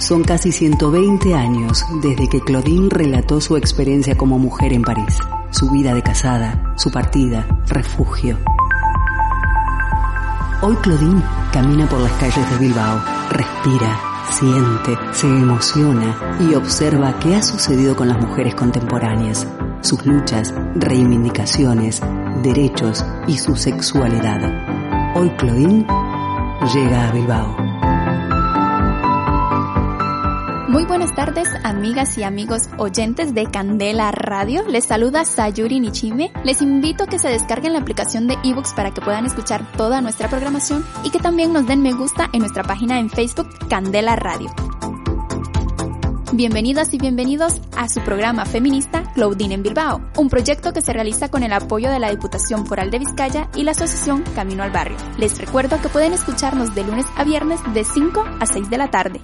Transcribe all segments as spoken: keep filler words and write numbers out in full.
Son casi ciento veinte años desde que Claudine relató su experiencia como mujer en París, su vida de casada, su partida, refugio. Hoy Claudine camina por las calles de Bilbao, respira, siente, se emociona y observa qué ha sucedido con las mujeres contemporáneas, sus luchas, reivindicaciones, derechos y su sexualidad. Hoy Claudine llega a Bilbao. Muy buenas tardes, amigas y amigos oyentes de Candela Radio. Les saluda Sayuri Nichime. Les invito a que se descarguen la aplicación de ebooks para que puedan escuchar toda nuestra programación y que también nos den me gusta en nuestra página en Facebook Candela Radio. Bienvenidas y bienvenidos a su programa feminista Claudine en Bilbao, un proyecto que se realiza con el apoyo de la Diputación Foral de Vizcaya y la Asociación Camino al Barrio. Les recuerdo que pueden escucharnos de lunes a viernes de cinco a seis de la tarde.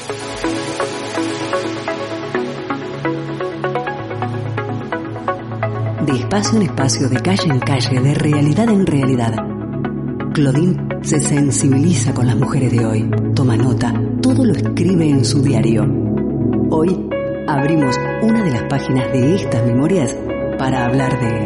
De espacio en espacio, de calle en calle, de realidad en realidad, Claudine se sensibiliza con las mujeres de hoy, toma nota, todo lo escribe en su diario. Hoy abrimos una de las páginas de estas memorias para hablar de...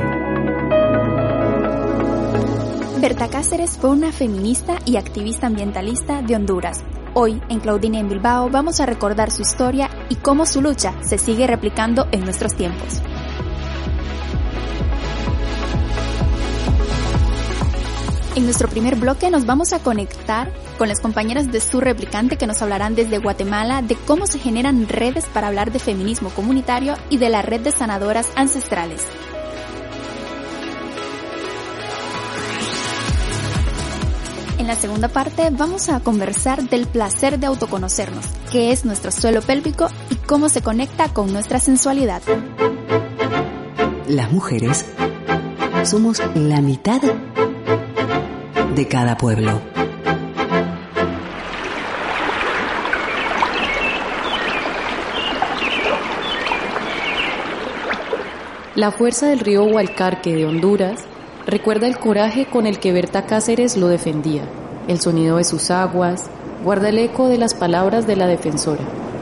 Berta Cáceres fue una feminista y activista ambientalista de Honduras. Hoy, en Claudine en Bilbao, vamos a recordar su historia y cómo su lucha se sigue replicando en nuestros tiempos. En nuestro primer bloque nos vamos a conectar con las compañeras de Su Replicante que nos hablarán desde Guatemala de cómo se generan redes para hablar de feminismo comunitario y de la red de sanadoras ancestrales. En la segunda parte vamos a conversar del placer de autoconocernos, qué es nuestro suelo pélvico y cómo se conecta con nuestra sensualidad. Las mujeres somos la mitad de cada pueblo. La fuerza del río Hualcarque de Honduras recuerda el coraje con el que Berta Cáceres lo defendía. El sonido de sus aguas guarda el eco de las palabras de la defensora.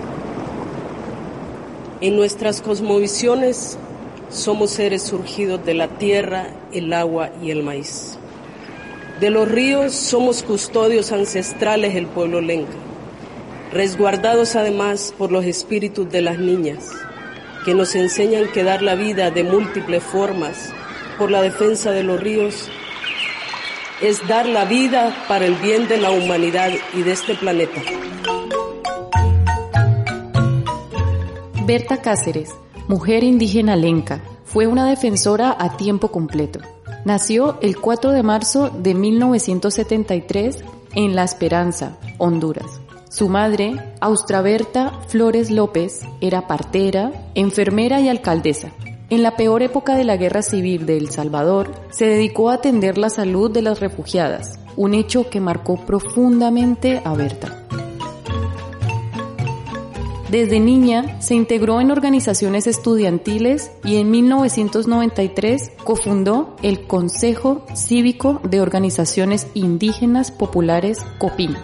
En nuestras cosmovisiones somos seres surgidos de la tierra, el agua y el maíz. De los ríos somos custodios ancestrales del pueblo lenca, resguardados además por los espíritus de las niñas, que nos enseñan que dar la vida de múltiples formas por la defensa de los ríos es dar la vida para el bien de la humanidad y de este planeta. Berta Cáceres, mujer indígena lenca, fue una defensora a tiempo completo. Nació el cuatro de marzo de mil novecientos setenta y tres en La Esperanza, Honduras. Su madre, Austra Berta Flores López, era partera, enfermera y alcaldesa. En la peor época de la Guerra Civil de El Salvador, se dedicó a atender la salud de las refugiadas, un hecho que marcó profundamente a Berta. Desde niña se integró en organizaciones estudiantiles y en mil novecientos noventa y tres cofundó el Consejo Cívico de Organizaciones Indígenas Populares COPIN.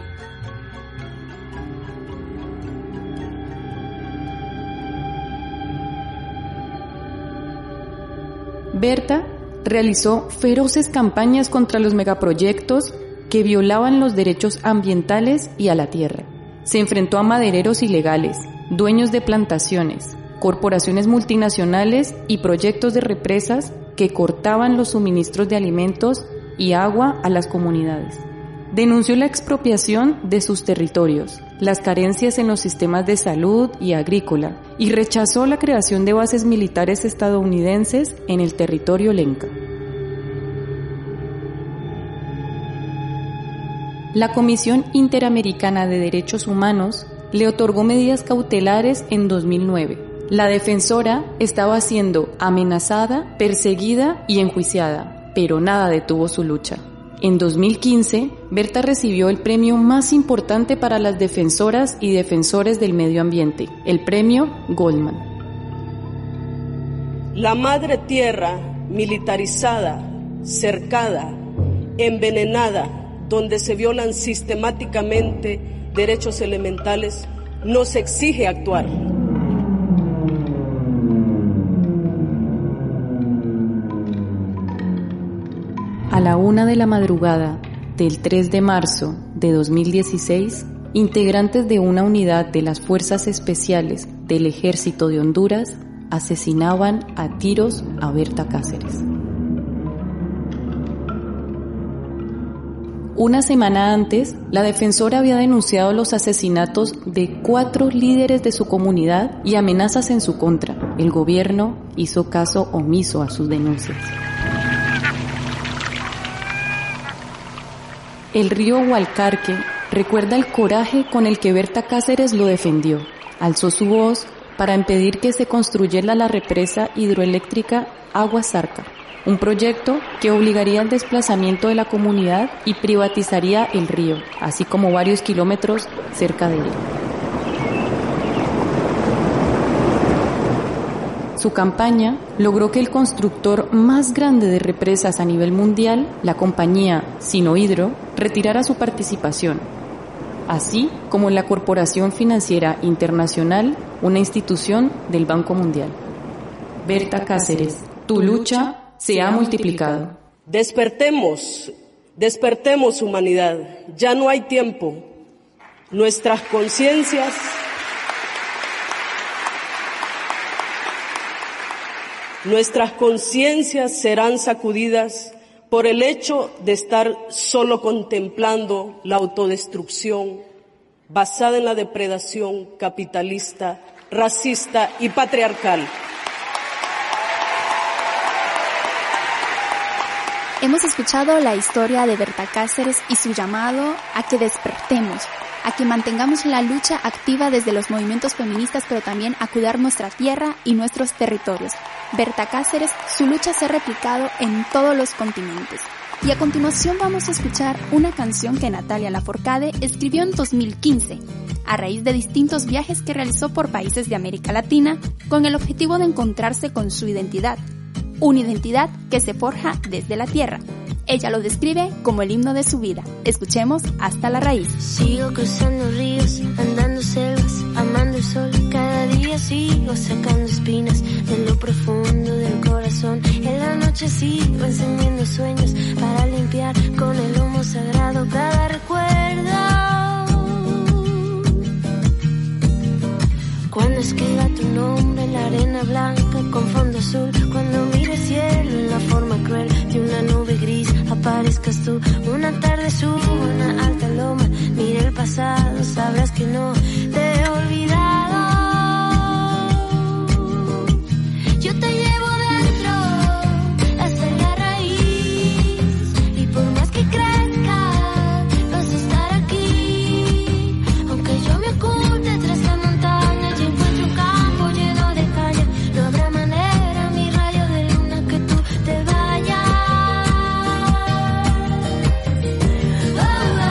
Berta realizó feroces campañas contra los megaproyectos que violaban los derechos ambientales y a la tierra. Se enfrentó a madereros ilegales, dueños de plantaciones, corporaciones multinacionales y proyectos de represas que cortaban los suministros de alimentos y agua a las comunidades. Denunció la expropiación de sus territorios, las carencias en los sistemas de salud y agrícola y rechazó la creación de bases militares estadounidenses en el territorio lenca. La Comisión Interamericana de Derechos Humanos le otorgó medidas cautelares en dos mil nueve. La defensora estaba siendo amenazada, perseguida y enjuiciada, pero nada detuvo su lucha. En dos mil quince, Berta recibió el premio más importante para las defensoras y defensores del medio ambiente, el premio Goldman. La madre tierra militarizada, cercada, envenenada, donde se violan sistemáticamente derechos elementales, nos exige actuar. A la una de la madrugada del tres de marzo de dos mil dieciséis, integrantes de una unidad de las Fuerzas Especiales del Ejército de Honduras asesinaban a tiros a Berta Cáceres. Una semana antes, la defensora había denunciado los asesinatos de cuatro líderes de su comunidad y amenazas en su contra. El gobierno hizo caso omiso a sus denuncias. El río Hualcarque recuerda el coraje con el que Berta Cáceres lo defendió. Alzó su voz para impedir que se construyera la represa hidroeléctrica Agua Zarca, un proyecto que obligaría al desplazamiento de la comunidad y privatizaría el río, así como varios kilómetros cerca de él. Su campaña logró que el constructor más grande de represas a nivel mundial, la compañía Sinohydro, retirara su participación, así como la Corporación Financiera Internacional, una institución del Banco Mundial. Berta Cáceres, tu lucha se ha multiplicado. Despertemos, despertemos humanidad, ya no hay tiempo. Nuestras conciencias Nuestras conciencias serán sacudidas por el hecho de estar solo contemplando la autodestrucción basada en la depredación capitalista, racista y patriarcal. Hemos escuchado la historia de Berta Cáceres y su llamado a que despertemos, a que mantengamos la lucha activa desde los movimientos feministas, pero también a cuidar nuestra tierra y nuestros territorios. Berta Cáceres, su lucha se ha replicado en todos los continentes. Y a continuación vamos a escuchar una canción que Natalia Lafourcade escribió en dos mil quince, a raíz de distintos viajes que realizó por países de América Latina, con el objetivo de encontrarse con su identidad. Una identidad que se forja desde la tierra. Ella lo describe como el himno de su vida. Escuchemos Hasta la Raíz. Sigo cruzando ríos, andando selvas, amando el sol. Cada día sigo sacando espinas de lo profundo del corazón. En la noche sigo encendiendo sueños para limpiar con el humo sagrado cada recuerdo. Cuando escriba tu nombre en la arena blanca con fondo azul, cuando mire el cielo en la forma cruel de una nube gris, aparezcas tú. Una tarde subo una alta loma, mire el pasado, sabrás que no te he olvidado. Yo te llevo dentro hasta la raíz, y por más que crezca vas a estar aquí. Aunque yo me oculte tras la montaña y encuentre un campo lleno de caña, no habrá manera, mi rayo de luna, que tú te vayas. Oh, oh,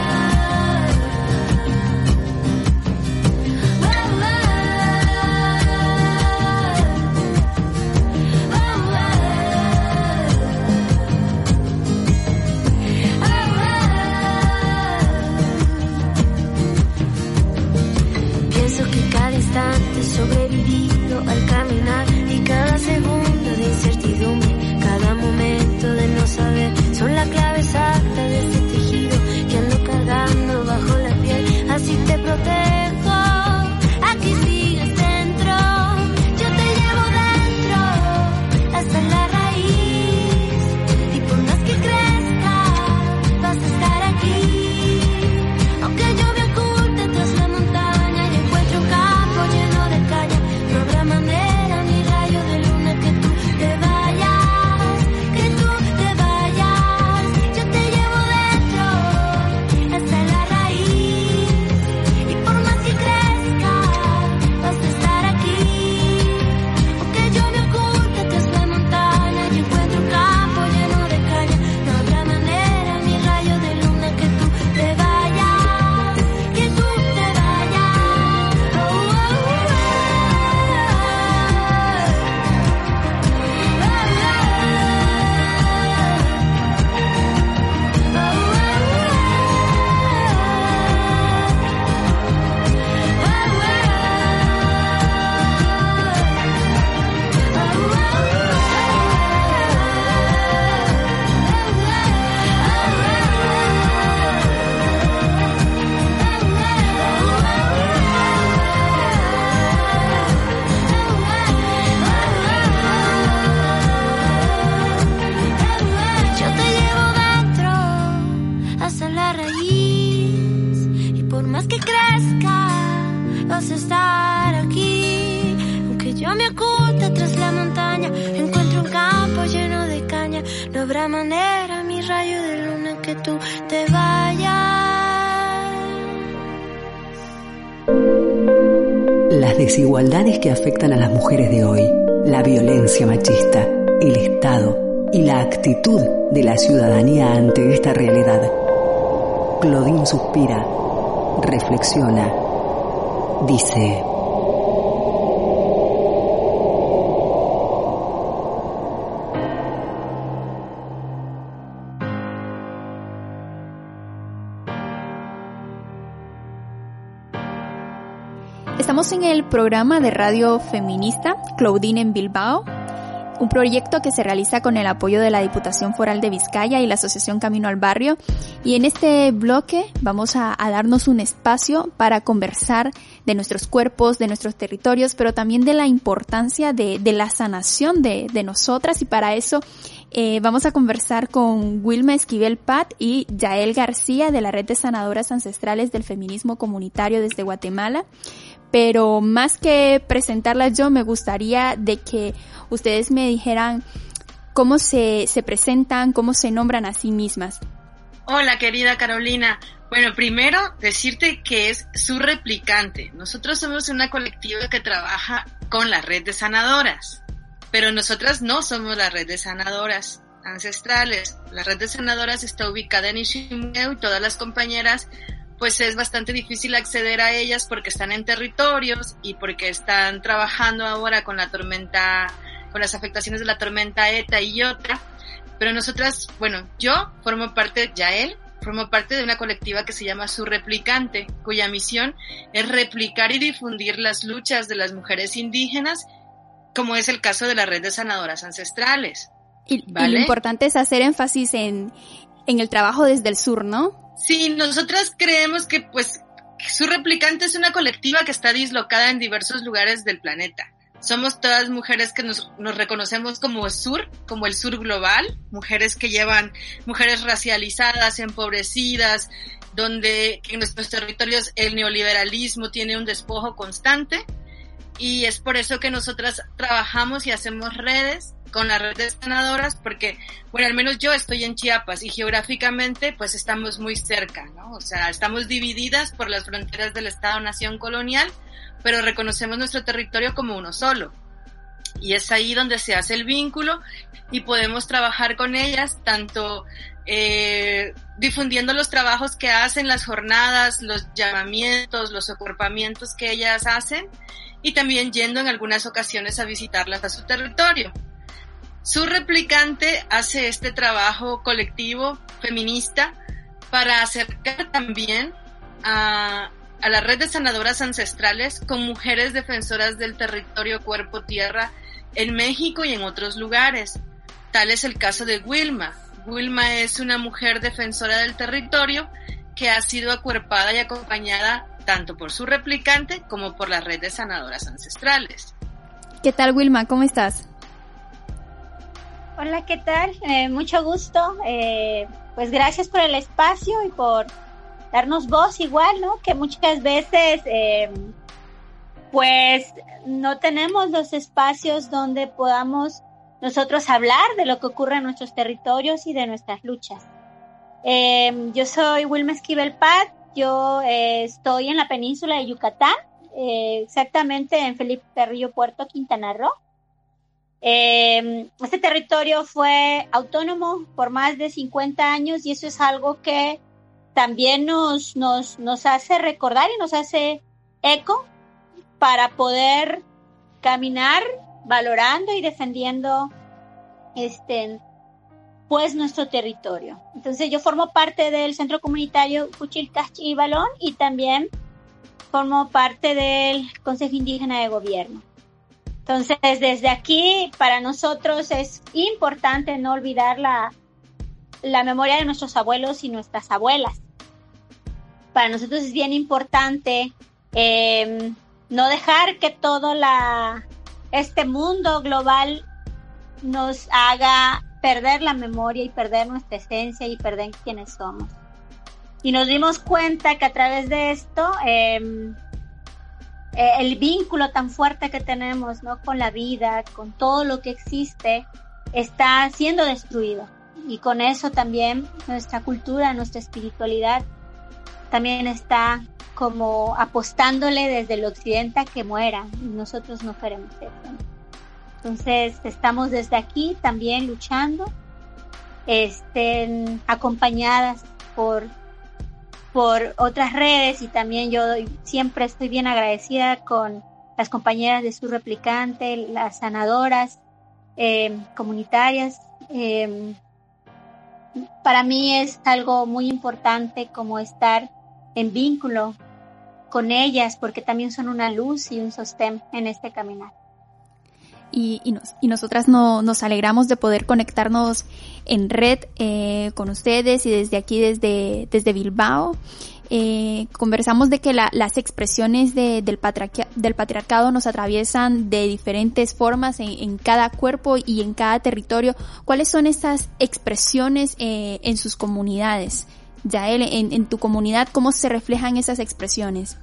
pienso que cada instante sobrevivido al caminar y cada segundo de incertidumbre, cada momento de no saber, son la clave exacta de este tejido que ando cargando bajo la piel. Así te protejo, aquí sigues dentro. Yo te llevo dentro hasta la raíz, y por más que crezca vas a estar aquí. Aunque yo me oculte tras la montaña y encuentre un campo lleno de caña, no habrá manera, mi por más que crezca, vas a estar aquí. Aunque yo me oculte tras la montaña, encuentro un campo lleno de caña. No habrá manera, mi rayo de luna, que tú te vayas. Las desigualdades que afectan a las mujeres de hoy, la violencia machista, el Estado y la actitud de la ciudadanía ante esta realidad. Claudine suspira, reflexiona, dice: Estamos en el programa de radio feminista Claudine en Bilbao, un proyecto que se realiza con el apoyo de la Diputación Foral de Vizcaya y la Asociación Camino al Barrio, y en este bloque vamos a, a darnos un espacio para conversar de nuestros cuerpos, de nuestros territorios, pero también de la importancia de, de la sanación de, de nosotras, y para eso eh, vamos a conversar con Wilma Esquivel Pat y Yael García de la Red de Sanadoras Ancestrales del Feminismo Comunitario desde Guatemala. Pero más que presentarlas yo, me gustaría de que ustedes me dijeran cómo se, se presentan, cómo se nombran a sí mismas. Hola, querida Carolina. Bueno, primero decirte que es su replicante. Nosotros somos una colectiva que trabaja con la Red de Sanadoras, pero nosotras no somos la Red de Sanadoras Ancestrales. La Red de Sanadoras está ubicada en Iximeu y todas las compañeras, pues es bastante difícil acceder a ellas porque están en territorios y porque están trabajando ahora con la tormenta, con las afectaciones de la tormenta Eta y Iota. Pero nosotras, bueno, yo formo parte, Yael, formo parte de una colectiva que se llama Su Replicante, cuya misión es replicar y difundir las luchas de las mujeres indígenas, como es el caso de la Red de Sanadoras Ancestrales. Y, ¿vale? y lo importante es hacer énfasis en, en el trabajo desde el sur, ¿no? Sí, nosotras creemos que pues Su Replicante es una colectiva que está dislocada en diversos lugares del planeta. Somos todas mujeres que nos, nos reconocemos como sur, como el sur global, mujeres que llevan, mujeres racializadas, empobrecidas, donde en nuestros territorios el neoliberalismo tiene un despojo constante, y es por eso que nosotras trabajamos y hacemos redes con la Red de Sanadoras, porque, bueno, al menos yo estoy en Chiapas y geográficamente pues estamos muy cerca, ¿no? O sea, estamos divididas por las fronteras del Estado-Nación colonial, pero reconocemos nuestro territorio como uno solo. Y es ahí donde se hace el vínculo y podemos trabajar con ellas, tanto eh, difundiendo los trabajos que hacen, las jornadas, los llamamientos, los acuerpamientos que ellas hacen, y también yendo en algunas ocasiones a visitarlas a su territorio. Su Replicante hace este trabajo colectivo feminista para acercar también a, a la Red de Sanadoras Ancestrales con mujeres defensoras del territorio cuerpo-tierra en México y en otros lugares. Tal es el caso de Wilma. Wilma es una mujer defensora del territorio que ha sido acuerpada y acompañada tanto por Su Replicante como por la Red de Sanadoras Ancestrales. ¿Qué tal, Wilma? ¿Cómo estás? Hola, ¿qué tal? Eh, mucho gusto. Eh, pues gracias por el espacio y por darnos voz igual, ¿no? Que muchas veces, eh, pues, no tenemos los espacios donde podamos nosotros hablar de lo que ocurre en nuestros territorios y de nuestras luchas. Eh, yo soy Wilma Esquivel Pat. Yo eh, estoy en la península de Yucatán, eh, exactamente en Felipe Carrillo Puerto, Quintana Roo. Eh, este territorio fue autónomo por más de cincuenta años y eso es algo que también nos, nos, nos hace recordar y nos hace eco para poder caminar valorando y defendiendo este, pues nuestro territorio. Entonces yo formo parte del Centro Comunitario Cuchilcachi y Balón y también formo parte del Consejo Indígena de Gobierno. Entonces, desde aquí, para nosotros es importante no olvidar la, la memoria de nuestros abuelos y nuestras abuelas. Para nosotros es bien importante eh, no dejar que todo la, este mundo global nos haga perder la memoria y perder nuestra esencia y perder quiénes somos. y nos dimos cuenta que a través de esto eh, eh, el vínculo tan fuerte que tenemos, ¿no?, con la vida, con todo lo que existe, está siendo destruido, y con eso también nuestra cultura, nuestra espiritualidad también está como apostándole desde el occidente a que muera, y nosotros no queremos eso. Entonces estamos desde aquí también luchando, estén acompañadas por por otras redes, y también yo siempre estoy bien agradecida con las compañeras de Sur Replicante, las sanadoras eh, comunitarias. Eh, para mí es algo muy importante como estar en vínculo con ellas, porque también son una luz y un sostén en este caminar. Y, y, nos, y nosotras no, nos alegramos de poder conectarnos en red eh, con ustedes, y desde aquí, desde, desde Bilbao, eh, conversamos de que la, las expresiones de, del, patriarca, del patriarcado nos atraviesan de diferentes formas en, en cada cuerpo y en cada territorio. ¿Cuáles son esas expresiones eh, en sus comunidades? Yael, en, en tu comunidad, ¿cómo se reflejan esas expresiones?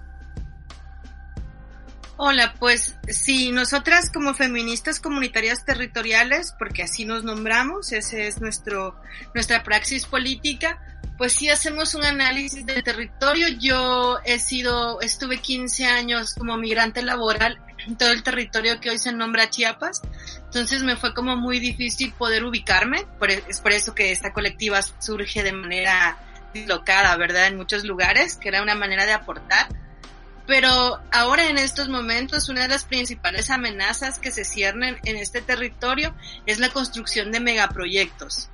Hola, pues sí, nosotras como feministas comunitarias territoriales, porque así nos nombramos, ese es nuestro nuestra praxis política, pues sí hacemos un análisis del territorio. Yo he sido, estuve quince años como migrante laboral en todo el territorio que hoy se nombra Chiapas, entonces me fue como muy difícil poder ubicarme, por, es por eso que esta colectiva surge de manera dislocada, ¿verdad?, en muchos lugares, que era una manera de aportar. Pero ahora en estos momentos una de las principales amenazas que se ciernen en este territorio es la construcción de megaproyectos.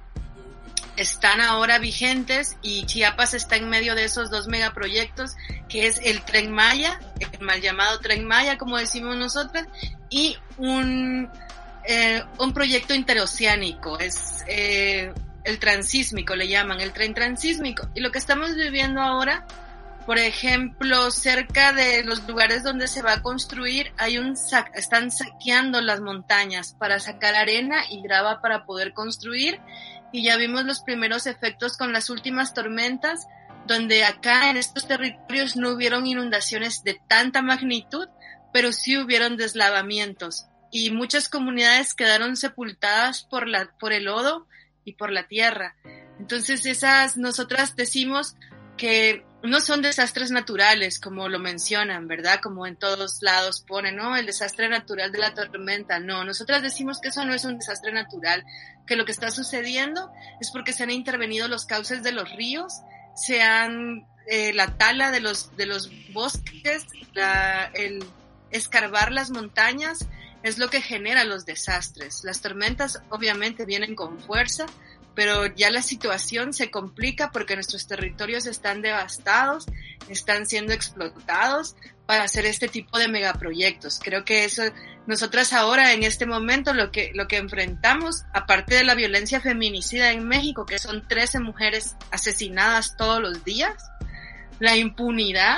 Están ahora vigentes y Chiapas está en medio de esos dos megaproyectos, que es el Tren Maya, el mal llamado Tren Maya, como decimos nosotras, y un, eh, un proyecto interoceánico, es eh, el transísmico, le llaman, el tren transísmico. Y lo que estamos viviendo ahora, por ejemplo, cerca de los lugares donde se va a construir, hay un sa- están saqueando las montañas para sacar arena y grava para poder construir, y ya vimos los primeros efectos con las últimas tormentas, donde acá en estos territorios no hubieron inundaciones de tanta magnitud, pero sí hubieron deslavamientos, y muchas comunidades quedaron sepultadas por la por el lodo y por la tierra. Entonces esas, nosotras decimos que no son desastres naturales, como lo mencionan, ¿verdad? Como en todos lados ponen, ¿no?, el desastre natural de la tormenta. No, nosotras decimos que eso no es un desastre natural, que lo que está sucediendo es porque se han intervenido los cauces de los ríos, se han, eh, la tala de los, de los bosques, la, el escarbar las montañas, es lo que genera los desastres. Las tormentas obviamente vienen con fuerza, pero ya la situación se complica porque nuestros territorios están devastados, están siendo explotados para hacer este tipo de megaproyectos. Creo que eso, nosotras ahora en este momento lo que, lo que enfrentamos, aparte de la violencia feminicida en México, que son trece mujeres asesinadas todos los días, la impunidad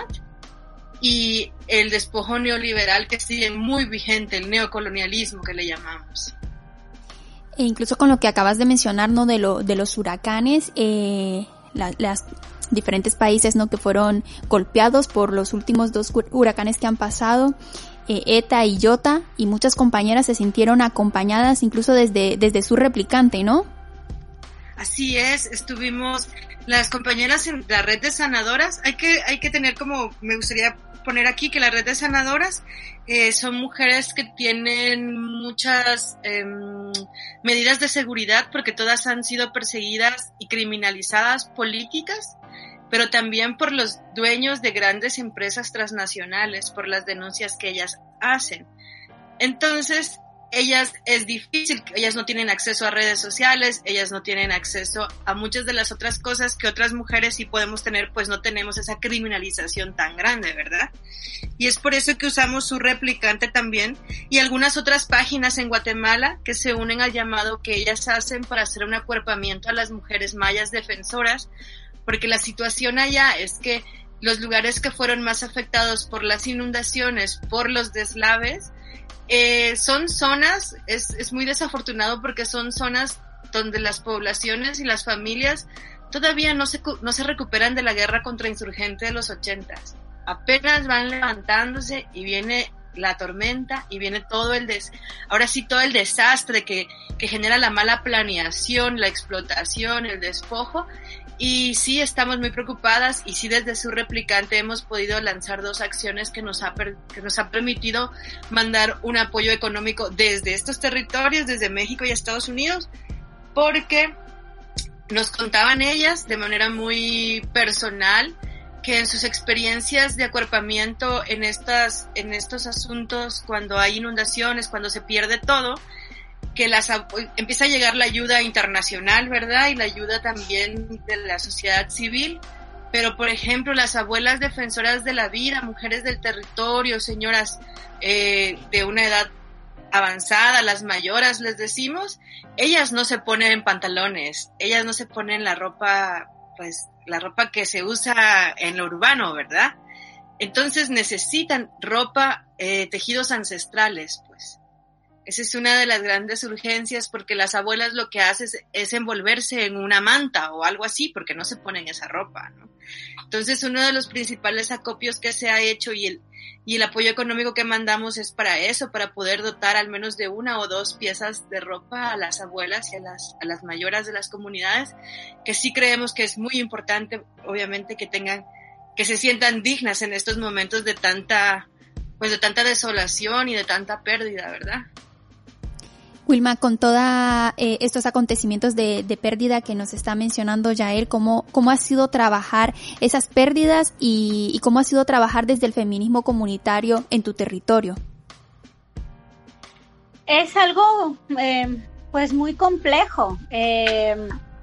y el despojo neoliberal que sigue muy vigente, el neocolonialismo que le llamamos. E incluso con lo que acabas de mencionar, ¿no?, de lo de los huracanes, eh, la, las diferentes países, ¿no?, que fueron golpeados por los últimos dos huracanes que han pasado, eh, Eta y Iota, y muchas compañeras se sintieron acompañadas incluso desde desde Sur Replicante, ¿no? Así es, estuvimos las compañeras en la red de sanadoras. Hay que hay que tener como, me gustaría poner aquí que la red de sanadoras eh, son mujeres que tienen muchas eh, medidas de seguridad, porque todas han sido perseguidas y criminalizadas políticas, pero también por los dueños de grandes empresas transnacionales, por las denuncias que ellas hacen. Entonces, ellas es difícil, ellas no tienen acceso a redes sociales, ellas no tienen acceso a muchas de las otras cosas que otras mujeres sí podemos tener, pues no tenemos esa criminalización tan grande, ¿verdad? Y es por eso que usamos Sur Replicante también, y algunas otras páginas en Guatemala que se unen al llamado que ellas hacen para hacer un acuerpamiento a las mujeres mayas defensoras, porque la situación allá es que los lugares que fueron más afectados por las inundaciones, por los deslaves, Eh, son zonas, es, es muy desafortunado porque son zonas donde las poblaciones y las familias todavía no se, no se recuperan de la guerra contra insurgentes de los ochentas. Apenas van levantándose y viene la tormenta y viene todo el des, ahora sí todo el desastre que, que genera la mala planeación, la explotación, el despojo. Y sí estamos muy preocupadas y sí desde su replicante hemos podido lanzar dos acciones que nos ha, per, que nos ha permitido mandar un apoyo económico desde estos territorios, desde México y Estados Unidos, porque nos contaban ellas de manera muy personal que en sus experiencias de acuerpamiento en estas, en estos asuntos, cuando hay inundaciones, cuando se pierde todo, que las, empieza a llegar la ayuda internacional, ¿verdad? Y la ayuda también de la sociedad civil. Pero, por ejemplo, las abuelas defensoras de la vida, mujeres del territorio, señoras eh, de una edad avanzada, las mayoras, les decimos, ellas no se ponen pantalones, ellas no se ponen la ropa, pues, la ropa que se usa en lo urbano, ¿verdad? Entonces necesitan ropa, eh, tejidos ancestrales, pues. Esa es una de las grandes urgencias, porque las abuelas lo que hacen es, es envolverse en una manta o algo así, porque no se ponen esa ropa, ¿no? Entonces, uno de los principales acopios que se ha hecho y el, y el apoyo económico que mandamos es para eso, para poder dotar al menos de una o dos piezas de ropa a las abuelas y a las, a las mayoras de las comunidades, que sí creemos que es muy importante, obviamente, que tengan, que se sientan dignas en estos momentos de tanta, pues de tanta desolación y de tanta pérdida, ¿verdad? Wilma, con todos eh, estos acontecimientos de, de pérdida que nos está mencionando Yael, ¿cómo, cómo ha sido trabajar esas pérdidas y, y cómo ha sido trabajar desde el feminismo comunitario en tu territorio? Es algo eh, pues muy complejo. Eh,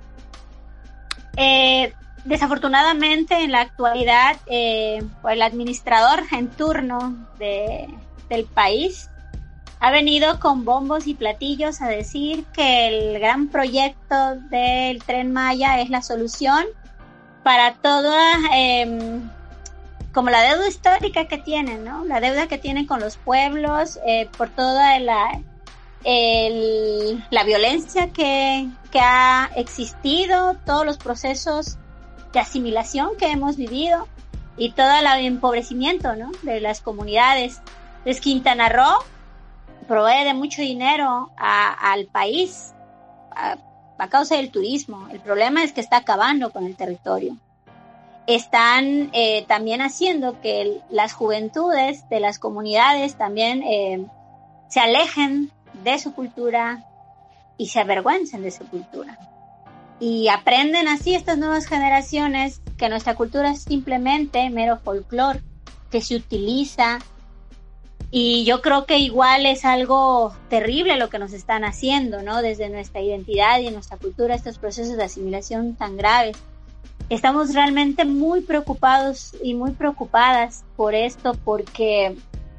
eh, desafortunadamente en la actualidad eh, el administrador en turno de, del país ha venido con bombos y platillos a decir que el gran proyecto del Tren Maya es la solución para toda, eh, como la deuda histórica que tienen, ¿no? La deuda que tienen con los pueblos, eh, por toda la, el, la violencia que, que ha existido, todos los procesos de asimilación que hemos vivido y todo el empobrecimiento, ¿no?, de las comunidades. Entonces, Quintana Roo provee de mucho dinero a, al país a, a causa del turismo. El problema es que está acabando con el territorio. Están eh, también haciendo que el, las juventudes de las comunidades también eh, se alejen de su cultura y se avergüencen de su cultura. Y aprenden así estas nuevas generaciones que nuestra cultura es simplemente mero folclore que se utiliza. Y yo creo que igual es algo terrible lo que nos están haciendo, ¿no? Desde nuestra identidad y nuestra cultura, estos procesos de asimilación tan graves. Estamos realmente muy preocupados y muy preocupadas por esto, porque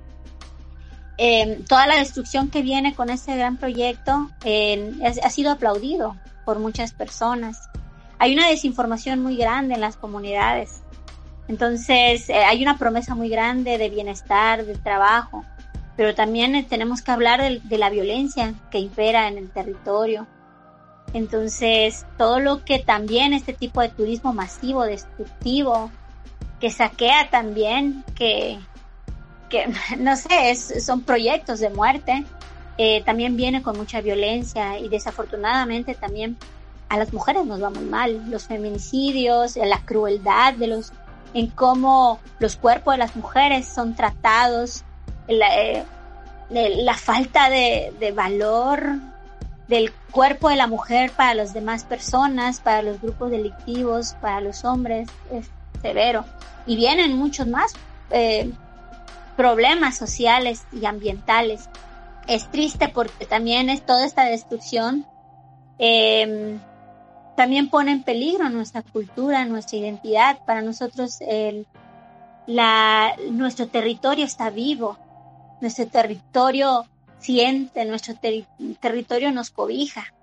eh, toda la destrucción que viene con este gran proyecto eh, ha sido aplaudido por muchas personas. Hay una desinformación muy grande en las comunidades. Entonces, eh, hay una promesa muy grande de bienestar, de trabajo, pero también eh, tenemos que hablar de, de la violencia que impera en el territorio. Entonces, todo lo que también este tipo de turismo masivo, destructivo, que saquea también, que, que no sé, es, son proyectos de muerte, eh, también viene con mucha violencia y desafortunadamente también a las mujeres nos va muy mal. Los feminicidios, la crueldad de los en cómo los cuerpos de las mujeres son tratados, la, eh, la falta de, de valor del cuerpo de la mujer para las demás personas, para los grupos delictivos, para los hombres, es severo. Y vienen muchos más eh, problemas sociales y ambientales. Es triste porque también es toda esta destrucción eh, también pone en peligro nuestra cultura, nuestra identidad. Para nosotros el, la, nuestro territorio está vivo, nuestro territorio siente, nuestro ter- territorio nos cobija,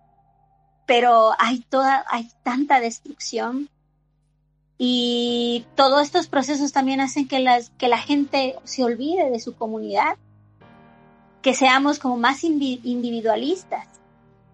pero hay toda, hay tanta destrucción y todos estos procesos también hacen que, las, que la gente se olvide de su comunidad, que seamos como más individualistas.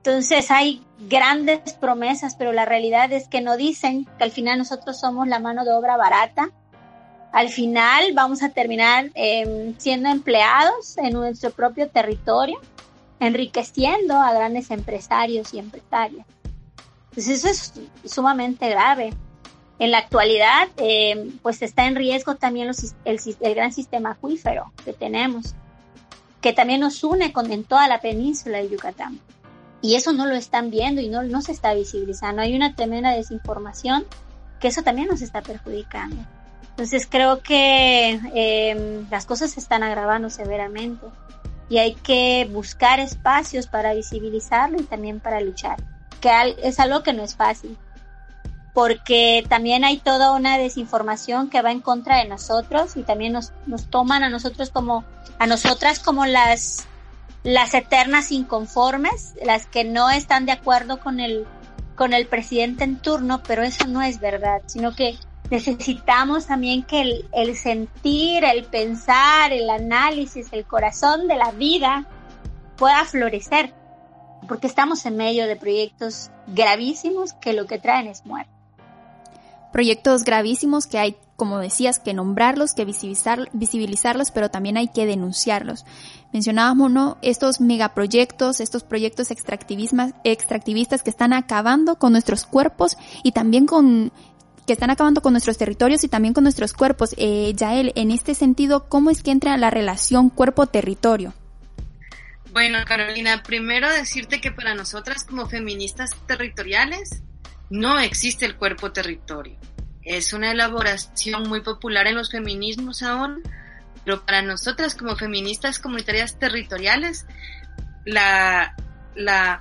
Entonces hay grandes promesas, pero la realidad es que no dicen que al final nosotros somos la mano de obra barata. Al final vamos a terminar eh, siendo empleados en nuestro propio territorio, enriqueciendo a grandes empresarios y empresarias. Entonces eso es sumamente grave. En la actualidad, eh, pues está en riesgo también los, el, el gran sistema acuífero que tenemos, que también nos une con, en toda la península de Yucatán. Y eso no lo están viendo y no, no se está visibilizando. Hay una tremenda desinformación que eso también nos está perjudicando. Entonces creo que eh, las cosas se están agravando severamente y hay que buscar espacios para visibilizarlo y también para luchar, que es algo que no es fácil, porque también hay toda una desinformación que va en contra de nosotros y también nos, nos toman a nosotros como, a nosotras como las, las eternas inconformes, las que no están de acuerdo con el, con el presidente en turno, pero eso no es verdad, sino que necesitamos también que el, el sentir, el pensar, el análisis, el corazón de la vida pueda florecer, porque estamos en medio de proyectos gravísimos que lo que traen es muerte. Proyectos gravísimos que hay, como decías, que nombrarlos, que visibilizar, visibilizarlos, pero también hay que denunciarlos. Mencionábamos, ¿no?, estos megaproyectos, estos proyectos extractivistas, extractivistas que están acabando con nuestros cuerpos y también con... que están acabando con nuestros territorios y también con nuestros cuerpos. Eh, Yael, en este sentido, ¿cómo es que entra la relación cuerpo-territorio? Bueno, Carolina, primero decirte que para nosotras como feministas territoriales no existe el cuerpo-territorio. Es una elaboración muy popular en los feminismos aún, pero para nosotras como feministas comunitarias territoriales, la, la,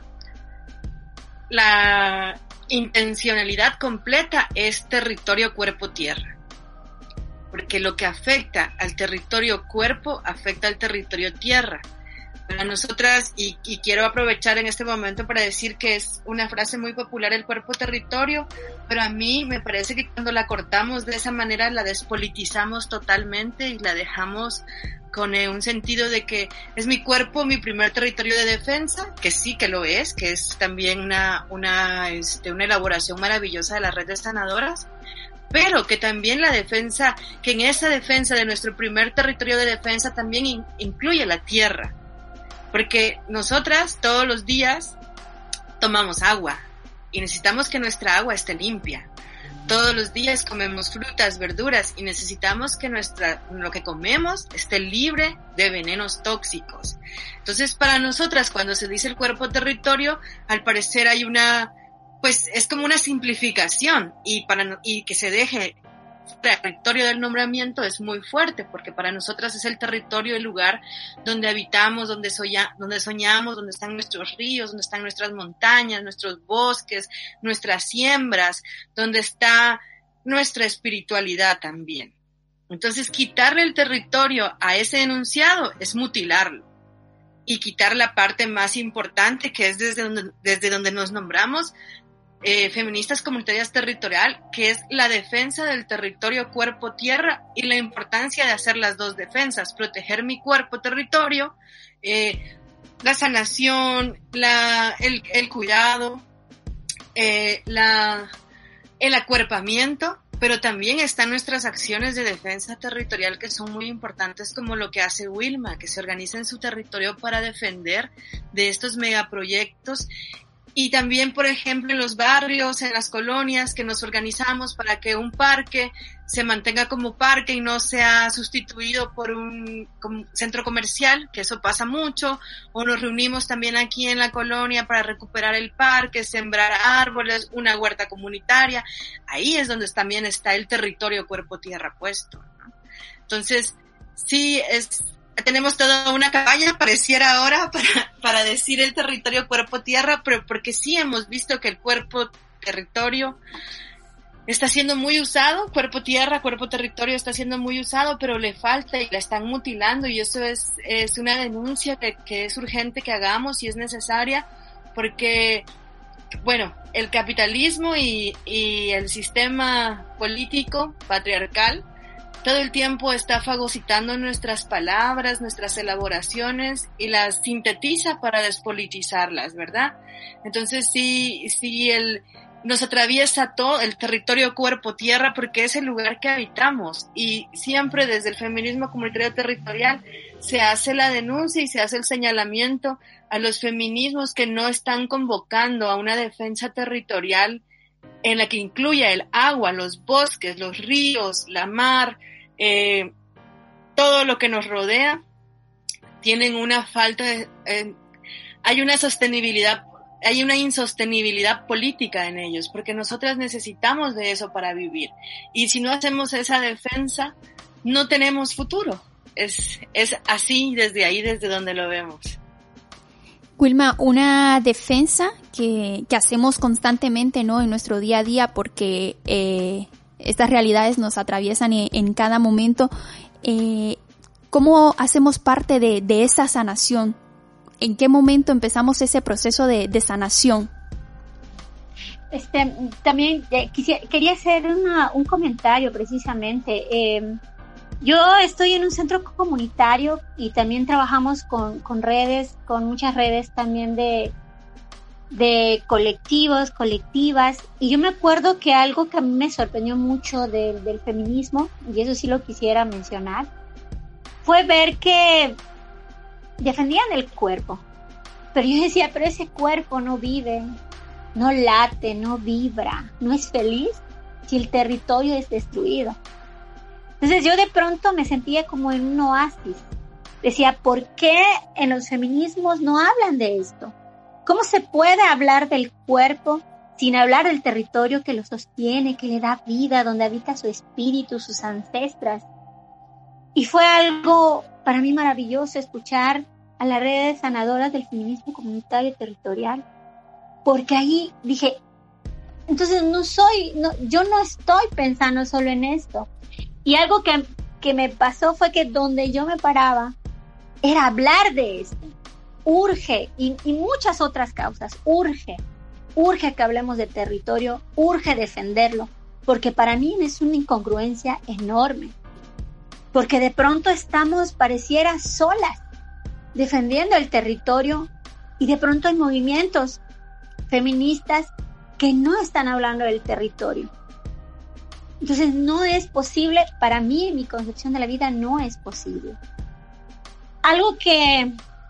la intencionalidad completa es territorio cuerpo-tierra, porque lo que afecta al territorio cuerpo afecta al territorio tierra. Para nosotras, y, y quiero aprovechar en este momento para decir que es una frase muy popular el cuerpo-territorio, pero a mí me parece que cuando la cortamos de esa manera la despolitizamos totalmente y la dejamos con eh, un sentido de que es mi cuerpo mi primer territorio de defensa, que sí que lo es, que es también una, una, este, una elaboración maravillosa de las redes sanadoras, pero que también la defensa, que en esa defensa de nuestro primer territorio de defensa también in, incluye la tierra, porque nosotras todos los días tomamos agua y necesitamos que nuestra agua esté limpia. Todos los días comemos frutas, verduras y necesitamos que nuestra, lo que comemos esté libre de venenos tóxicos. Entonces, para nosotras, cuando se dice el cuerpo-territorio, al parecer hay una, pues es como una simplificación y para y que se deje el territorio del nombramiento es muy fuerte, porque para nosotras es el territorio, el lugar donde habitamos, donde, soña, donde soñamos, donde están nuestros ríos, donde están nuestras montañas, nuestros bosques, nuestras siembras, donde está nuestra espiritualidad también. Entonces, quitarle el territorio a ese enunciado es mutilarlo y quitar la parte más importante, que es desde donde, desde donde nos nombramos Eh, feministas comunitarias territorial, que es la defensa del territorio cuerpo-tierra y la importancia de hacer las dos defensas, proteger mi cuerpo-territorio, eh, la sanación, la, el, el cuidado, eh, la, el acuerpamiento, pero también están nuestras acciones de defensa territorial que son muy importantes, como lo que hace Wilma, que se organiza en su territorio para defender de estos megaproyectos. Y también, por ejemplo, en los barrios, en las colonias, que nos organizamos para que un parque se mantenga como parque y no sea sustituido por un centro comercial, que eso pasa mucho, o nos reunimos también aquí en la colonia para recuperar el parque, sembrar árboles, una huerta comunitaria. Ahí es donde también está el territorio cuerpo-tierra puesto, ¿no? Entonces, sí, es... tenemos toda una campaña, pareciera ahora, para, para decir el territorio cuerpo-tierra, pero porque sí hemos visto que el cuerpo-territorio está siendo muy usado, cuerpo-tierra, cuerpo-territorio está siendo muy usado, pero le falta y la están mutilando, y eso es, es una denuncia que, que es urgente que hagamos y es necesaria, porque, bueno, el capitalismo y, y el sistema político patriarcal todo el tiempo está fagocitando nuestras palabras, nuestras elaboraciones y las sintetiza para despolitizarlas, ¿verdad? Entonces sí, sí el, nos atraviesa todo el territorio cuerpo-tierra porque es el lugar que habitamos y siempre desde el feminismo comunitario territorial se hace la denuncia y se hace el señalamiento a los feminismos que no están convocando a una defensa territorial en la que incluya el agua, los bosques, los ríos, la mar, eh, todo lo que nos rodea. Tienen una falta de, eh, hay una sostenibilidad, hay una insostenibilidad política en ellos, porque nosotras necesitamos de eso para vivir. Y si no hacemos esa defensa, no tenemos futuro. Es, es así desde ahí, desde donde lo vemos. Wilma, una defensa que, que hacemos constantemente, ¿no? En nuestro día a día, porque eh, estas realidades nos atraviesan en, en cada momento. Eh, ¿Cómo hacemos parte de, de esa sanación? ¿En qué momento empezamos ese proceso de, de sanación? Este, también eh, quisiera, quería hacer una, un comentario precisamente. Eh, yo estoy en un centro comunitario y también trabajamos con, con redes, con muchas redes también de, de colectivos, colectivas. Y yo me acuerdo que algo que a mí me sorprendió mucho de, del feminismo, y eso sí lo quisiera mencionar, fue ver que defendían el cuerpo. Pero yo decía, pero ese cuerpo no vive, no late, no vibra, no es feliz si el territorio es destruido. Entonces yo de pronto me sentía como en un oasis. Decía, ¿por qué en los feminismos no hablan de esto? ¿Cómo se puede hablar del cuerpo sin hablar del territorio que lo sostiene, que le da vida, donde habita su espíritu, sus ancestras? Y fue algo para mí maravilloso escuchar a las redes sanadoras del feminismo comunitario y territorial, porque ahí dije, entonces no soy, no, yo no estoy pensando solo en esto. Y algo que, que me pasó fue que donde yo me paraba era hablar de esto. Urge, y, y muchas otras causas, urge, urge que hablemos de territorio, urge defenderlo, porque para mí es una incongruencia enorme. Porque de pronto estamos, pareciera, solas, defendiendo el territorio, y de pronto hay movimientos feministas que no están hablando del territorio. Entonces no es posible, para mí, en mi concepción de la vida, no es posible. Algo que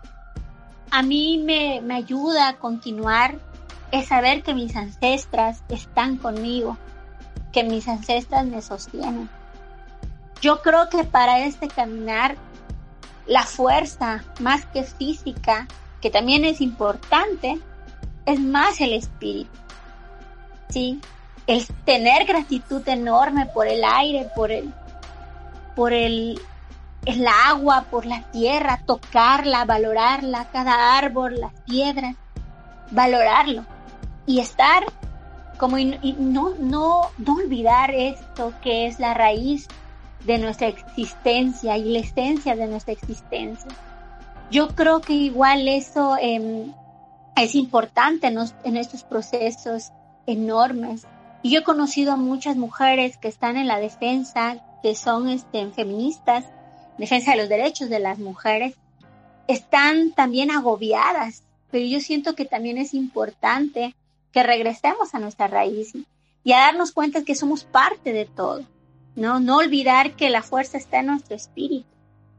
a mí me, me ayuda a continuar es saber que mis ancestras están conmigo, que mis ancestras me sostienen. Yo creo que para este caminar, la fuerza, más que física, que también es importante, es más el espíritu, ¿sí? El tener gratitud enorme por el aire, por el, por el, el agua, por la tierra, tocarla, valorarla, cada árbol, las piedras, valorarlo y estar como y, y no, no, no olvidar esto que es la raíz de nuestra existencia y la esencia de nuestra existencia. Yo creo que igual eso eh, es importante en, los, en estos procesos enormes. Y yo he conocido a muchas mujeres que están en la defensa, que son este, feministas, defensa de los derechos de las mujeres, están también agobiadas, pero yo siento que también es importante que regresemos a nuestra raíz y a darnos cuenta que somos parte de todo, ¿no? No olvidar que la fuerza está en nuestro espíritu.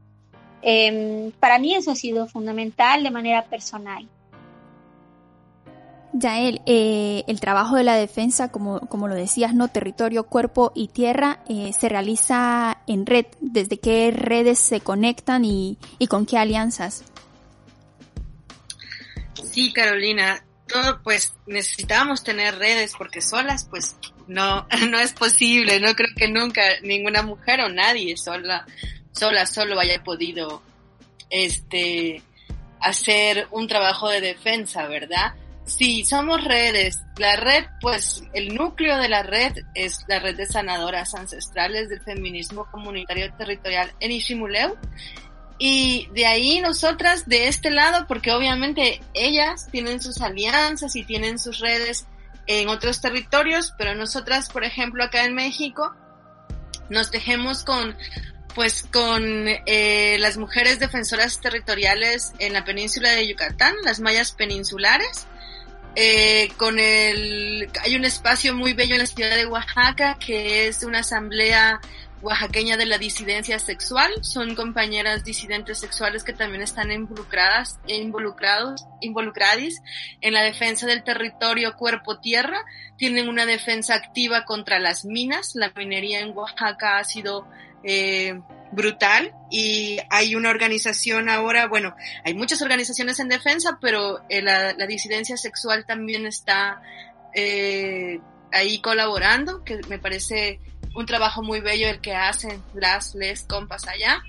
Eh, para mí eso ha sido fundamental de manera personal. Yael, eh, el trabajo de la defensa, como, como lo decías, ¿no? Territorio, cuerpo y tierra, eh, se realiza en red. ¿Desde qué redes se conectan y, y con qué alianzas? Sí, Carolina, todo pues necesitábamos tener redes porque solas pues no, no es posible. No creo que nunca ninguna mujer o nadie sola, sola solo haya podido este hacer un trabajo de defensa, ¿verdad? Sí, somos redes. La red, pues, el núcleo de la red es la red de sanadoras ancestrales del feminismo comunitario territorial en Iximuleu. Y de ahí nosotras, de este lado, porque obviamente ellas tienen sus alianzas y tienen sus redes en otros territorios, pero nosotras, por ejemplo, acá en México, Nos tejemos con pues con eh, las mujeres defensoras territoriales en la península de Yucatán, las mayas peninsulares. Eh, con el, hay un espacio muy bello en la ciudad de Oaxaca que es una asamblea oaxaqueña de la disidencia sexual. Son compañeras disidentes sexuales que también están involucradas, involucrados, involucradis en la defensa del territorio cuerpo-tierra. Tienen una defensa activa contra las minas. La minería en Oaxaca ha sido eh, brutal y hay una organización ahora, bueno, hay muchas organizaciones en defensa, pero eh, la, la disidencia sexual también está eh, ahí colaborando, que me parece un trabajo muy bello el que hacen las les compas allá.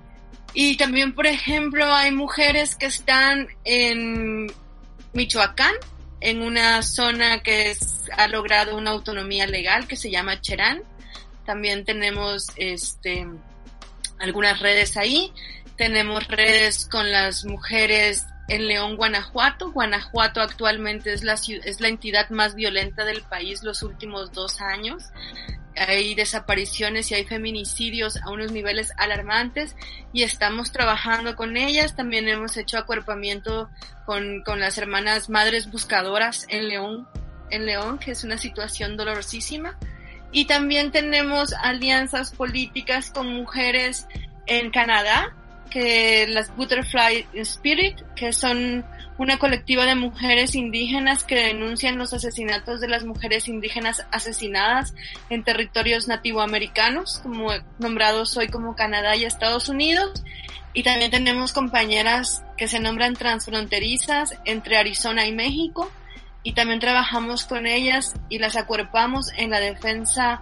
Y también, por ejemplo, hay mujeres que están en Michoacán, en una zona que es, ha logrado una autonomía legal que se llama Cherán. También tenemos este algunas redes ahí. Tenemos redes con las mujeres en León, Guanajuato. Guanajuato actualmente es la, es la entidad más violenta del país los últimos dos años. Hay desapariciones y hay feminicidios a unos niveles alarmantes y estamos trabajando con ellas. También hemos hecho acuerpamiento con, con las hermanas madres buscadoras en León, en León, que es una situación dolorosísima. Y también tenemos alianzas políticas con mujeres en Canadá, que las Butterfly Spirit, que son una colectiva de mujeres indígenas que denuncian los asesinatos de las mujeres indígenas asesinadas en territorios nativoamericanos, como nombrados hoy como Canadá y Estados Unidos. Y también tenemos compañeras que se nombran transfronterizas entre Arizona y México, y también trabajamos con ellas y las acuerpamos en la defensa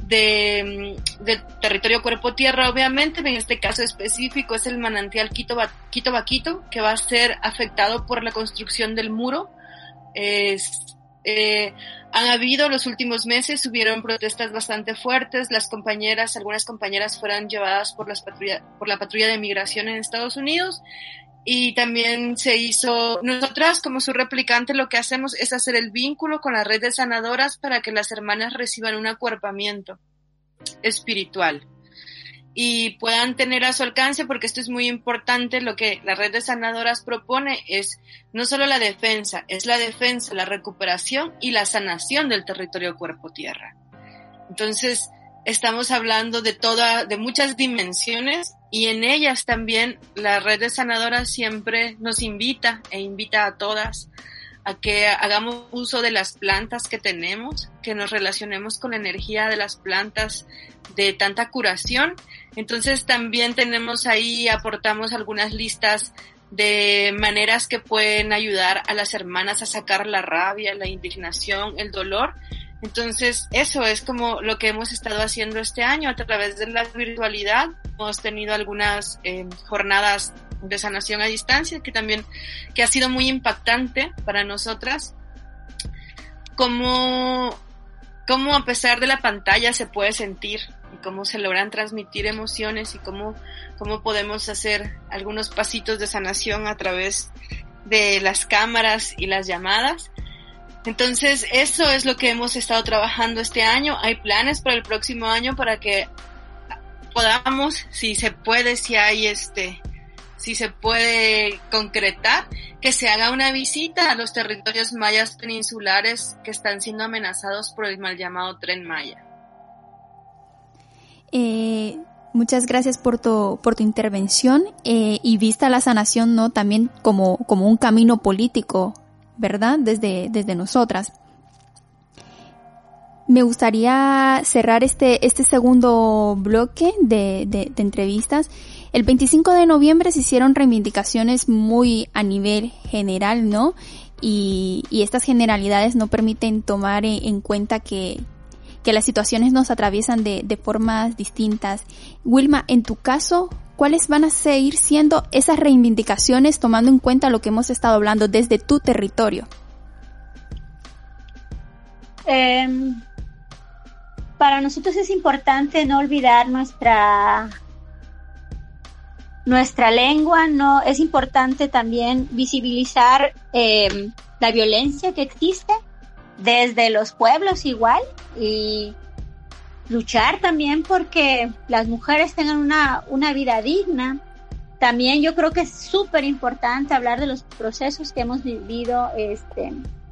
de, de territorio cuerpo-tierra, obviamente. En este caso específico es el manantial Quito, Quito Baquito, que va a ser afectado por la construcción del muro. Es, eh, han habido los últimos meses, hubieron protestas bastante fuertes. Las compañeras, algunas compañeras fueron llevadas por, las patrulla, por la patrulla de migración en Estados Unidos. Y también se hizo, nosotras como su replicante lo que hacemos es hacer el vínculo con la red de sanadoras para que las hermanas reciban un acuerpamiento espiritual y puedan tener a su alcance, porque esto es muy importante. Lo que la red de sanadoras propone es no solo la defensa, es la defensa, la recuperación y la sanación del territorio cuerpo-tierra. Entonces, estamos hablando de toda, de muchas dimensiones, y en ellas también la red de sanadoras siempre nos invita e invita a todas a que hagamos uso de las plantas que tenemos, que nos relacionemos con la energía de las plantas de tanta curación. Entonces también tenemos ahí, aportamos algunas listas de maneras que pueden ayudar a las hermanas a sacar la rabia, la indignación, el dolor. Entonces, eso es como lo que hemos estado haciendo este año a través de la virtualidad. Hemos tenido algunas eh, jornadas de sanación a distancia que también, que ha sido muy impactante para nosotras. Cómo, cómo a pesar de la pantalla se puede sentir y cómo se logran transmitir emociones y cómo, cómo podemos hacer algunos pasitos de sanación a través de las cámaras y las llamadas. Entonces, eso es lo que hemos estado trabajando este año. Hay planes para el próximo año para que podamos, si se puede, si hay este, si se puede concretar, que se haga una visita a los territorios mayas peninsulares que están siendo amenazados por el mal llamado Tren Maya. Eh, muchas gracias por tu, por tu intervención, eh, y vista la sanación, ¿no? También como, como un camino político, ¿verdad? Desde, desde nosotras. Me gustaría cerrar este, este segundo bloque de, de, de entrevistas. El veinticinco de noviembre se hicieron reivindicaciones muy a nivel general, ¿no? Y, y estas generalidades no permiten tomar en, en cuenta que, que las situaciones nos atraviesan de, de formas distintas. Wilma, en tu caso, ¿cuáles van a seguir siendo esas reivindicaciones tomando en cuenta lo que hemos estado hablando desde tu territorio? Eh, para nosotros es importante no olvidar nuestra nuestra lengua, no es importante también visibilizar eh, la violencia que existe desde los pueblos igual, y luchar también porque las mujeres tengan una, una vida digna. También yo creo que es súper importante hablar de los procesos que hemos vivido este,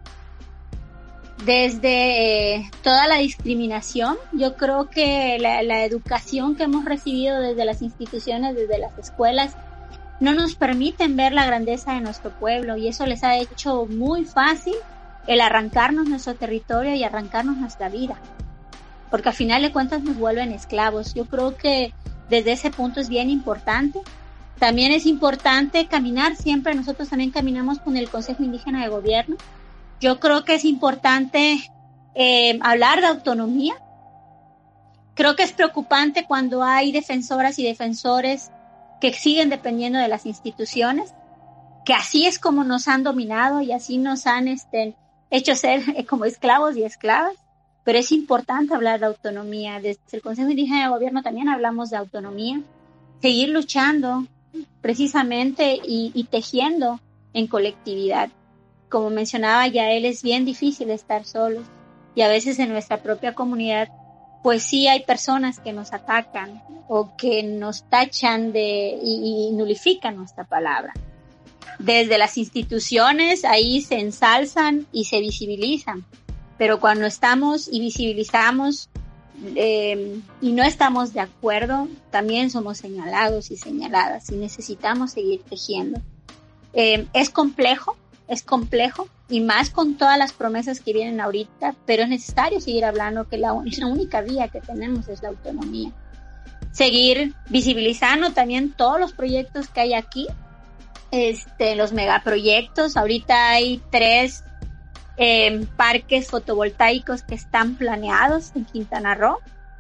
desde eh, toda la discriminación. Yo creo que la, la educación que hemos recibido desde las instituciones, desde las escuelas, no nos permiten ver la grandeza de nuestro pueblo, y eso les ha hecho muy fácil el arrancarnos nuestro territorio y arrancarnos nuestra vida, porque al final de cuentas nos vuelven esclavos. Yo creo que desde ese punto es bien importante. También es importante caminar siempre, nosotros también caminamos con el Consejo Indígena de Gobierno. Yo creo que es importante eh, hablar de autonomía. Creo que es preocupante cuando hay defensoras y defensores que siguen dependiendo de las instituciones, que así es como nos han dominado y así nos han este, hecho ser eh, como esclavos y esclavas. Pero es importante hablar de autonomía. Desde el Consejo Indígena de Gobierno también hablamos de autonomía. Seguir luchando precisamente y, y tejiendo en colectividad. Como mencionaba Yael, es bien difícil estar solos, y a veces en nuestra propia comunidad pues sí hay personas que nos atacan o que nos tachan de y, y nulifican nuestra palabra. Desde las instituciones ahí se ensalzan y se visibilizan, pero cuando estamos y visibilizamos Eh, y no estamos de acuerdo, también somos señalados y señaladas, y necesitamos seguir tejiendo. Eh, es complejo, es complejo, y más con todas las promesas que vienen ahorita, pero es necesario seguir hablando que la, la única vía que tenemos es la autonomía. Seguir visibilizando también todos los proyectos que hay aquí, este, los megaproyectos. Ahorita hay tres Eh, parques fotovoltaicos que están planeados en Quintana Roo,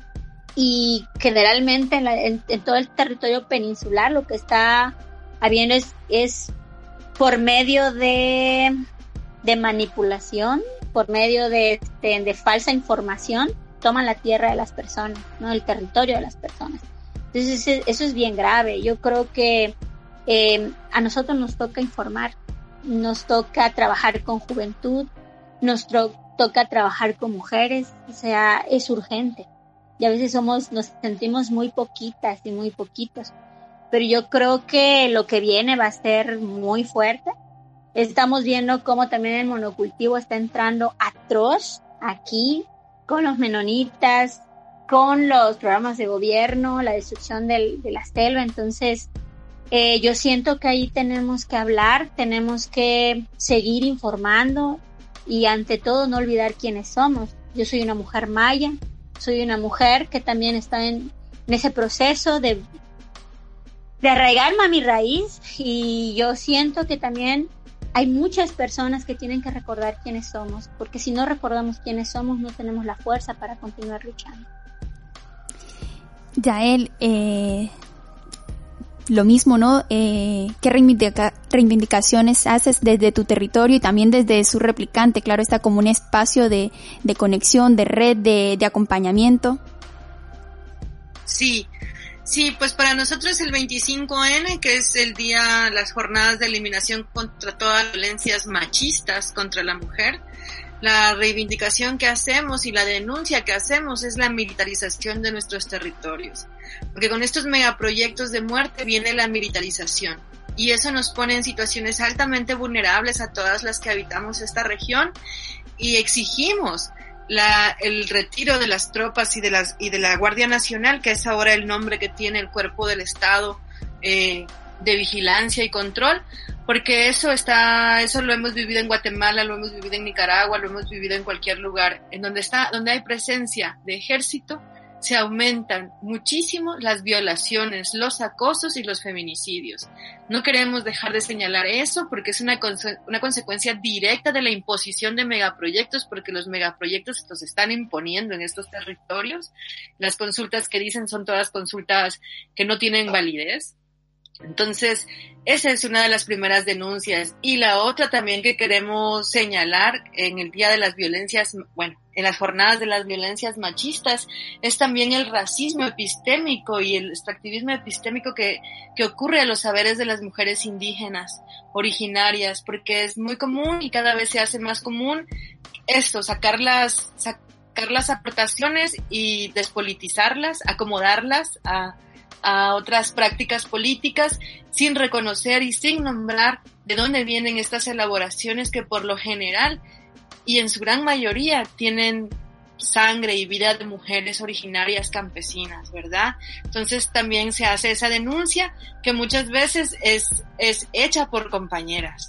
y generalmente en, la, en, en todo el territorio peninsular lo que está habiendo es, es por medio de, de manipulación, por medio de, de, de falsa información, toman la tierra de las personas, ¿no? El territorio de las personas. Entonces eso es bien grave. Yo creo que eh, a nosotros nos toca informar, nos toca trabajar con juventud, nos tro- toca trabajar con mujeres, o sea, es urgente. Y a veces somos, nos sentimos muy poquitas y muy poquitos, pero yo creo que lo que viene va a ser muy fuerte. Estamos viendo cómo también el monocultivo está entrando atroz aquí, con los menonitas, con los programas de gobierno, la destrucción del, de la selva. Entonces, eh, yo siento que ahí tenemos que hablar, tenemos que seguir informando, y ante todo no olvidar quiénes somos. Yo soy una mujer maya, soy una mujer que también está en, en ese proceso de, de arraigarme a mi raíz, y yo siento que también hay muchas personas que tienen que recordar quiénes somos, porque si no recordamos quiénes somos, no tenemos la fuerza para continuar luchando. Yael, eh, lo mismo, ¿no? Eh, ¿Qué reivindica- reivindicaciones haces desde tu territorio y también desde su replicante? Claro, está como un espacio de, de conexión, de red, de, de acompañamiento. Sí, sí, pues para nosotros el veinticinco ene, que es el día, las jornadas de eliminación contra todas las violencias machistas contra la mujer, la reivindicación que hacemos y la denuncia que hacemos es la militarización de nuestros territorios. Porque con estos megaproyectos de muerte viene la militarización, y eso nos pone en situaciones altamente vulnerables a todas las que habitamos esta región, y exigimos la, el retiro de las tropas y de las y de la Guardia Nacional, que es ahora el nombre que tiene el cuerpo del Estado eh, de vigilancia y control, porque eso está, eso lo hemos vivido en Guatemala, lo hemos vivido en Nicaragua, lo hemos vivido en cualquier lugar, en donde está, donde hay presencia de ejército, se aumentan muchísimo las violaciones, los acosos y los feminicidios. No queremos dejar de señalar eso porque es una, conse- una consecuencia directa de la imposición de megaproyectos, porque los megaproyectos los están imponiendo en estos territorios. Las consultas que dicen son todas consultas que no tienen validez. Entonces, esa es una de las primeras denuncias. Y la otra también que queremos señalar en el Día de las Violencias, bueno, en las jornadas de las violencias machistas, es también el racismo epistémico y el extractivismo epistémico que, que ocurre a los saberes de las mujeres indígenas originarias, porque es muy común y cada vez se hace más común esto, sacarlas, sac- sacar las aportaciones y despolitizarlas, acomodarlas a, a otras prácticas políticas, sin reconocer y sin nombrar de dónde vienen estas elaboraciones que por lo general y en su gran mayoría tienen sangre y vida de mujeres originarias campesinas, ¿verdad? Entonces también se hace esa denuncia que muchas veces es, es hecha por compañeras.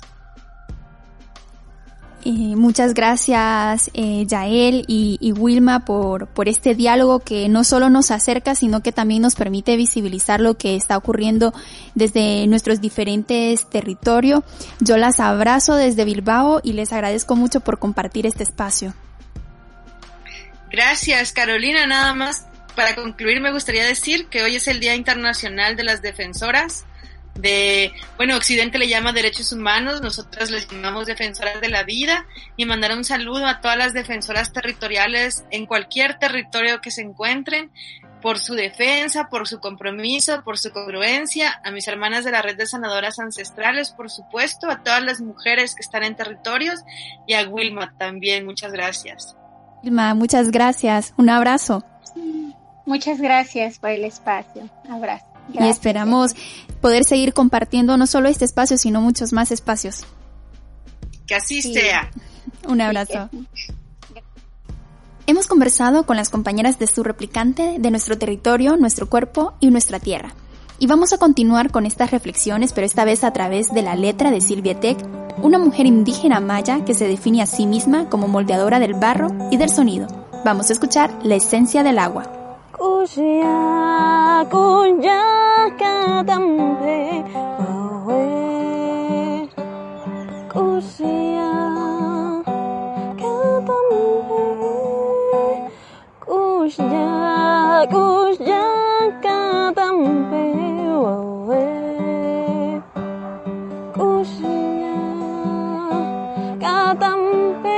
Eh, muchas gracias, eh, Yael y, y Wilma, por, por este diálogo que no solo nos acerca, sino que también nos permite visibilizar lo que está ocurriendo desde nuestros diferentes territorios. Yo las abrazo desde Bilbao y les agradezco mucho por compartir este espacio. Gracias, Carolina. Nada más para concluir, me gustaría decir que hoy es el Día Internacional de las Defensoras de, bueno, Occidente le llama derechos humanos, nosotras les llamamos defensoras de la vida, y mandar un saludo a todas las defensoras territoriales en cualquier territorio que se encuentren, por su defensa, por su compromiso, por su congruencia, a mis hermanas de la Red de Sanadoras Ancestrales, por supuesto, a todas las mujeres que están en territorios, y a Wilma también, muchas gracias. Wilma, muchas gracias, un abrazo. Muchas gracias por el espacio, abrazo. Gracias. Y esperamos poder seguir compartiendo no solo este espacio, sino muchos más espacios. Que así sí. sea. Un abrazo. Sí, sí. Hemos conversado con las compañeras de Sur Replicante, de nuestro territorio, nuestro cuerpo y nuestra tierra. Y vamos a continuar con estas reflexiones, pero esta vez a través de la letra de Silvia Tech, una mujer indígena maya que se define a sí misma como moldeadora del barro y del sonido. Vamos a escuchar La esencia del agua. Kuya kuya kadambe wawe kuya kadambe kuya kuya kadambe wawe kuya kadambe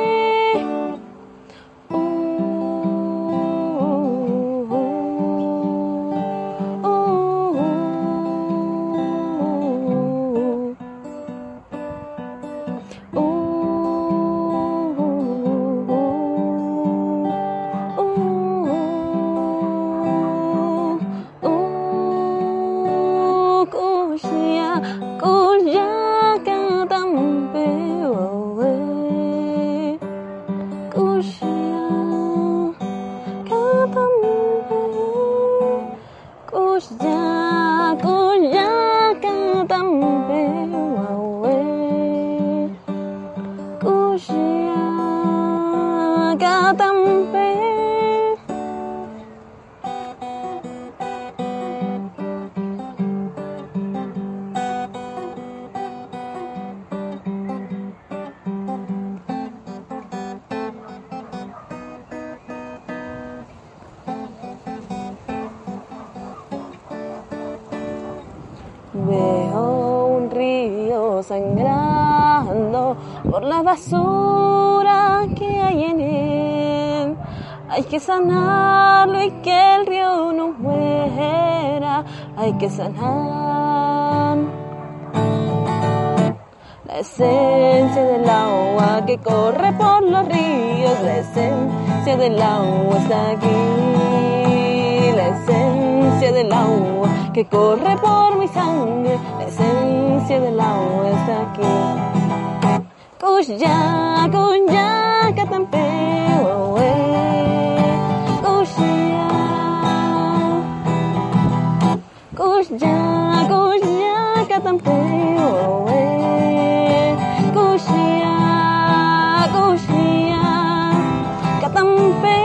Veo un río sangrando por la basura que hay en él. Hay que sanarlo y que el río no muera. Hay que sanar la esencia del agua que corre por los ríos. La esencia del agua está aquí. La esencia del agua que corre por mi sangre, la esencia del agua está aquí. Kuya, kuya, katampe, wawe, kuya, kuya, kuya, katampe, wawe, kuya, kuya, katampe.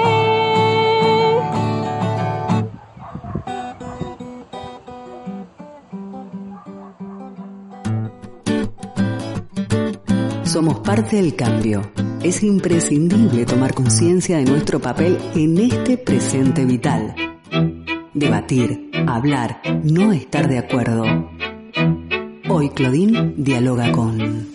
Somos parte del cambio. Es imprescindible tomar conciencia de nuestro papel en este presente vital. Debatir, hablar, no estar de acuerdo. Hoy Claudine dialoga con...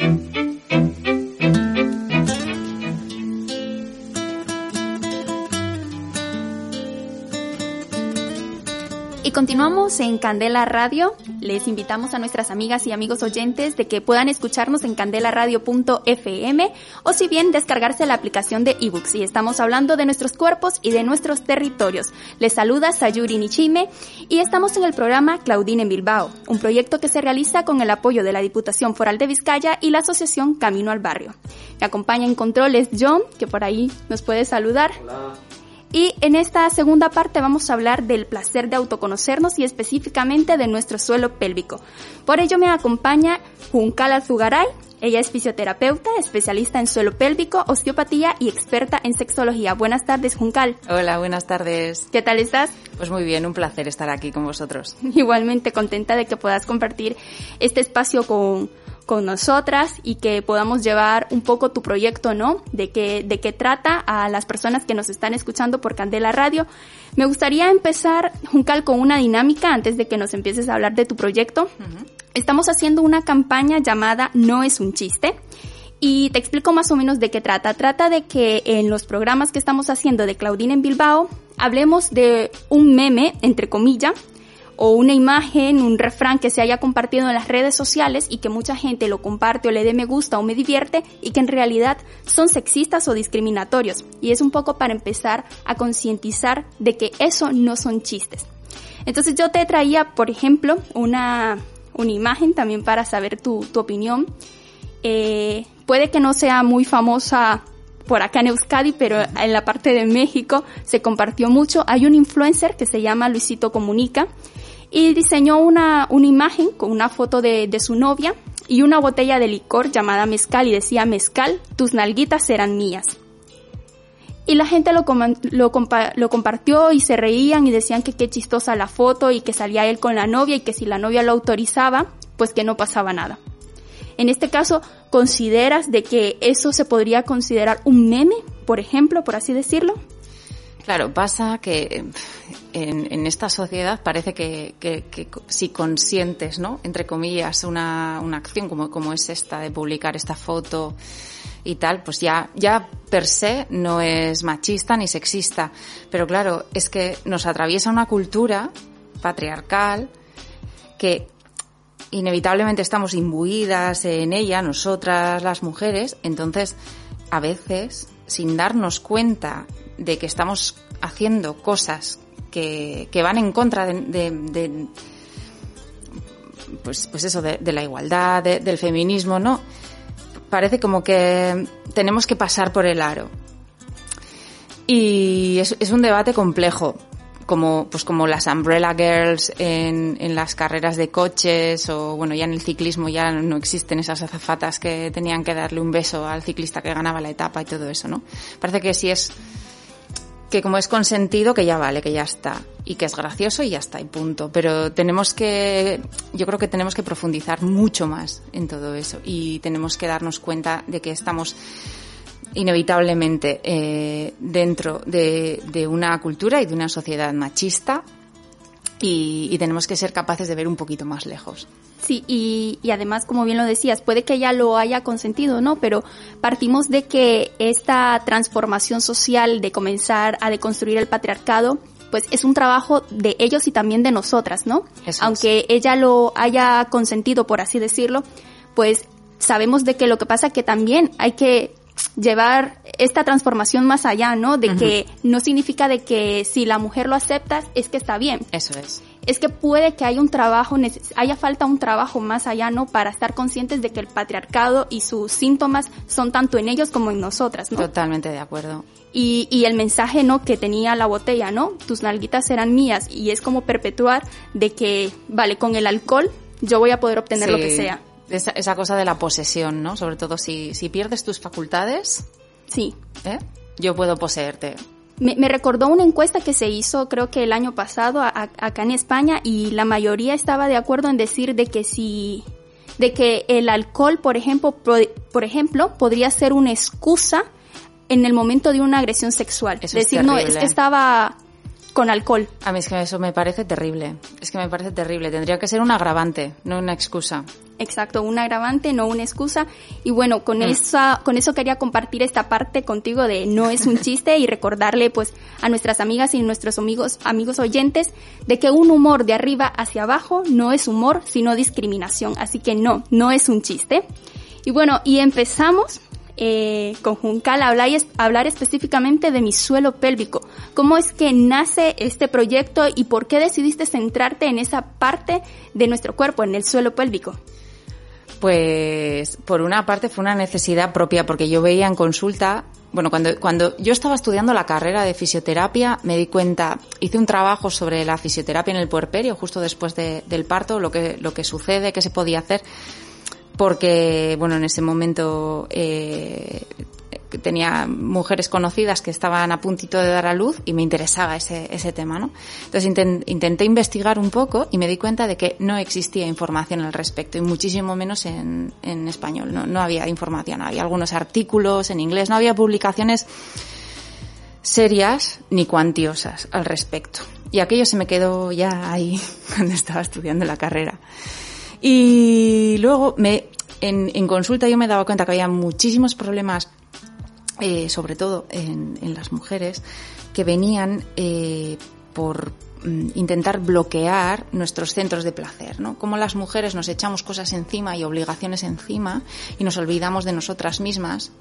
Y continuamos en Candela Radio. Les invitamos a nuestras amigas y amigos oyentes de que puedan escucharnos en candelaradio punto efe eme o si bien descargarse la aplicación de ebooks. Y estamos hablando de nuestros cuerpos y de nuestros territorios. Les saluda Sayuri Nichime y estamos en el programa Claudine en Bilbao, un proyecto que se realiza con el apoyo de la Diputación Foral de Vizcaya y la Asociación Camino al Barrio. Me acompaña en controles John, que por ahí nos puede saludar. Hola. Y en esta segunda parte vamos a hablar del placer de autoconocernos y específicamente de nuestro suelo pélvico. Por ello me acompaña Juncal Alzugaray. Ella es fisioterapeuta, especialista en suelo pélvico, osteopatía y experta en sexología. Buenas tardes, Juncal. Hola, buenas tardes. ¿Qué tal estás? Pues muy bien, un placer estar aquí con vosotros. Igualmente contenta de que puedas compartir este espacio con, con nosotras y que podamos llevar un poco tu proyecto, ¿no? De qué de qué trata a las personas que nos están escuchando por Candela Radio. Me gustaría empezar, Juncal, con una dinámica antes de que nos empieces a hablar de tu proyecto. Uh-huh. Estamos haciendo una campaña llamada No es un chiste y te explico más o menos de qué trata. Trata de que en los programas que estamos haciendo de Claudine en Bilbao hablemos de un meme, entre comillas, o una imagen, un refrán que se haya compartido en las redes sociales y que mucha gente lo comparte o le dé me gusta o me divierte y que en realidad son sexistas o discriminatorios. Y es un poco para empezar a concientizar de que eso no son chistes. Entonces yo te traía, por ejemplo, una... una imagen también para saber tu, tu opinión. Eh, puede que no sea muy famosa por acá en Euskadi, pero en la parte de México se compartió mucho. Hay un influencer que se llama Luisito Comunica y diseñó una, una imagen con una foto de, de su novia y una botella de licor llamada mezcal y decía: mezcal, tus nalguitas serán mías. Y la gente lo, com- lo, compa- lo compartió y se reían y decían que qué chistosa la foto y que salía él con la novia y que si la novia lo autorizaba, pues que no pasaba nada. En este caso, ¿consideras de que eso se podría considerar un meme, por ejemplo, por así decirlo? Claro, pasa que en, en esta sociedad parece que, que, que si consientes, ¿no?, entre comillas, una, una acción como, como es esta de publicar esta foto y tal, pues ya, ya per se no es machista ni sexista. Pero claro, es que nos atraviesa una cultura patriarcal que inevitablemente estamos imbuidas en ella, nosotras las mujeres. Entonces, a veces, sin darnos cuenta de que estamos haciendo cosas que, que van en contra de, de, de pues, pues eso, de, de la igualdad, de, del feminismo, ¿no?, parece como que tenemos que pasar por el aro. Y es, es un debate complejo, como, pues como las Umbrella Girls en, en las carreras de coches, o bueno, ya en el ciclismo ya no existen esas azafatas que tenían que darle un beso al ciclista que ganaba la etapa y todo eso, ¿no? Parece que sí es, que como es consentido, que ya vale, que ya está, y que es gracioso y ya está, y punto. Pero tenemos que, yo creo que tenemos que profundizar mucho más en todo eso y tenemos que darnos cuenta de que estamos inevitablemente eh, dentro de, de una cultura y de una sociedad machista y, y tenemos que ser capaces de ver un poquito más lejos. Sí, y, y además, como bien lo decías, puede que ella lo haya consentido, ¿no? Pero partimos de que esta transformación social de comenzar a deconstruir el patriarcado, pues es un trabajo de ellos y también de nosotras, ¿no? Eso Aunque es. ella lo haya consentido, por así decirlo, pues sabemos de que lo que pasa es que también hay que llevar esta transformación más allá, ¿no? De uh-huh. que no significa de que si la mujer lo acepta es que está bien. Eso es. Es que puede que haya un trabajo, haya falta un trabajo más allá, ¿no? Para estar conscientes de que el patriarcado y sus síntomas son tanto en ellos como en nosotras, ¿no? Totalmente de acuerdo. Y, y el mensaje, ¿no?, que tenía la botella, ¿no? Tus nalguitas serán mías. Y es como perpetuar de que, vale, con el alcohol yo voy a poder obtener sí. lo que sea. Esa, esa cosa de la posesión, ¿no? Sobre todo si, si pierdes tus facultades. Sí. ¿Eh? Yo puedo poseerte. Me, me recordó una encuesta que se hizo, creo que el año pasado, a, a, acá en España, y la mayoría estaba de acuerdo en decir de que si, de que el alcohol, por ejemplo, por, por ejemplo, podría ser una excusa en el momento de una agresión sexual. Eso decir, es no, es que estaba con alcohol. A mí es que eso me parece terrible. Es que me parece terrible. Tendría que ser un agravante, no una excusa. Exacto, un agravante, no una excusa. Y bueno, con, mm. esa, con eso quería compartir esta parte contigo de no es un chiste y recordarle pues a nuestras amigas y nuestros amigos, amigos oyentes de que un humor de arriba hacia abajo no es humor, sino discriminación. Así que no, no es un chiste. Y bueno, y empezamos eh, con Juncal a hablar, a hablar específicamente de mi suelo pélvico. ¿Cómo es que nace este proyecto y por qué decidiste centrarte en esa parte de nuestro cuerpo, en el suelo pélvico? Pues por una parte fue una necesidad propia, porque yo veía en consulta, bueno, cuando cuando yo estaba estudiando la carrera de fisioterapia, me di cuenta, hice un trabajo sobre la fisioterapia en el puerperio, justo después de, del parto, lo que lo que sucede, qué se podía hacer, porque, bueno, en ese momento eh, tenía mujeres conocidas que estaban a puntito de dar a luz y me interesaba ese ese tema, ¿no? Entonces intent, intenté investigar un poco y me di cuenta de que no existía información al respecto, y muchísimo menos en, en español. No, no había información, había algunos artículos en inglés, no había publicaciones serias ni cuantiosas al respecto. Y aquello se me quedó ya ahí cuando estaba estudiando la carrera. Y luego me en, en consulta yo me daba cuenta que había muchísimos problemas, eh, sobre todo en, en las mujeres, que venían eh, por mm, intentar bloquear nuestros centros de placer, ¿no? Como las mujeres nos echamos cosas encima y obligaciones encima y nos olvidamos de nosotras mismas,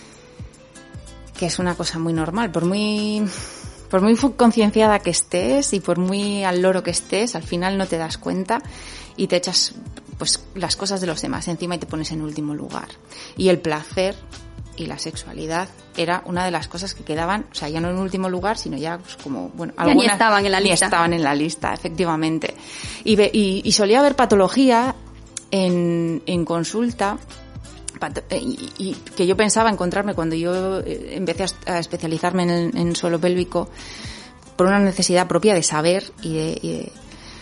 que es una cosa muy normal, por muy... Por muy concienciada que estés y por muy al loro que estés, al final no te das cuenta y te echas pues las cosas de los demás encima y te pones en último lugar. Y el placer y la sexualidad era una de las cosas que quedaban, o sea, ya no en último lugar, sino ya pues como, bueno, ya algunas ni estaban en la lista. Ni estaban en la lista, efectivamente. Y, ve, y, y solía haber patología en, en consulta, Y, y que yo pensaba encontrarme cuando yo empecé a especializarme en el en suelo pélvico, por una necesidad propia de saber y de, y de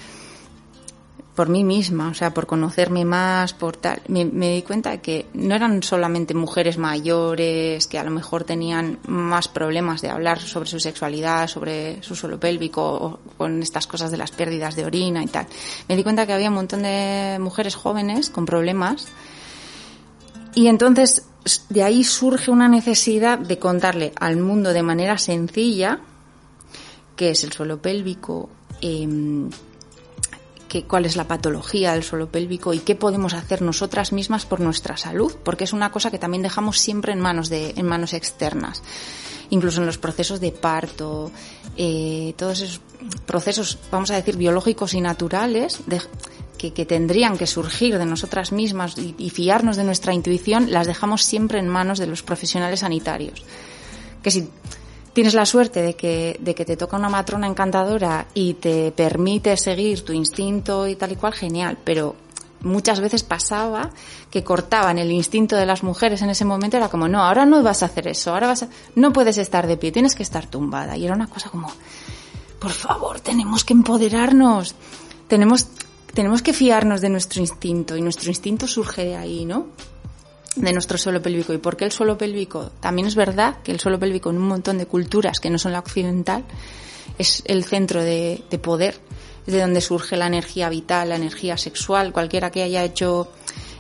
por mí misma, o sea, por conocerme más, por tal, me, me di cuenta de que no eran solamente mujeres mayores que a lo mejor tenían más problemas de hablar sobre su sexualidad, sobre su suelo pélvico, o con estas cosas de las pérdidas de orina y tal. Me di cuenta que había un montón de mujeres jóvenes con problemas. Y entonces de ahí surge una necesidad de contarle al mundo de manera sencilla qué es el suelo pélvico, eh, que, cuál es la patología del suelo pélvico y qué podemos hacer nosotras mismas por nuestra salud, porque es una cosa que también dejamos siempre en manos de en manos externas, incluso en los procesos de parto, eh, todos esos procesos, vamos a decir, biológicos y naturales de Que, que tendrían que surgir de nosotras mismas y, y fiarnos de nuestra intuición, las dejamos siempre en manos de los profesionales sanitarios. Que si tienes la suerte de que, de que te toca una matrona encantadora y te permite seguir tu instinto y tal y cual, genial, pero muchas veces pasaba que cortaban el instinto de las mujeres en ese momento, era como, no, ahora no vas a hacer eso, ahora vas a, no puedes estar de pie, tienes que estar tumbada. Y era una cosa como, por favor, tenemos que empoderarnos, tenemos... Tenemos que fiarnos de nuestro instinto, y nuestro instinto surge de ahí, ¿no? De nuestro suelo pélvico. ¿Y por qué el suelo pélvico? También es verdad que el suelo pélvico en un montón de culturas que no son la occidental es el centro de, de poder, es de donde surge la energía vital, la energía sexual. Cualquiera que haya hecho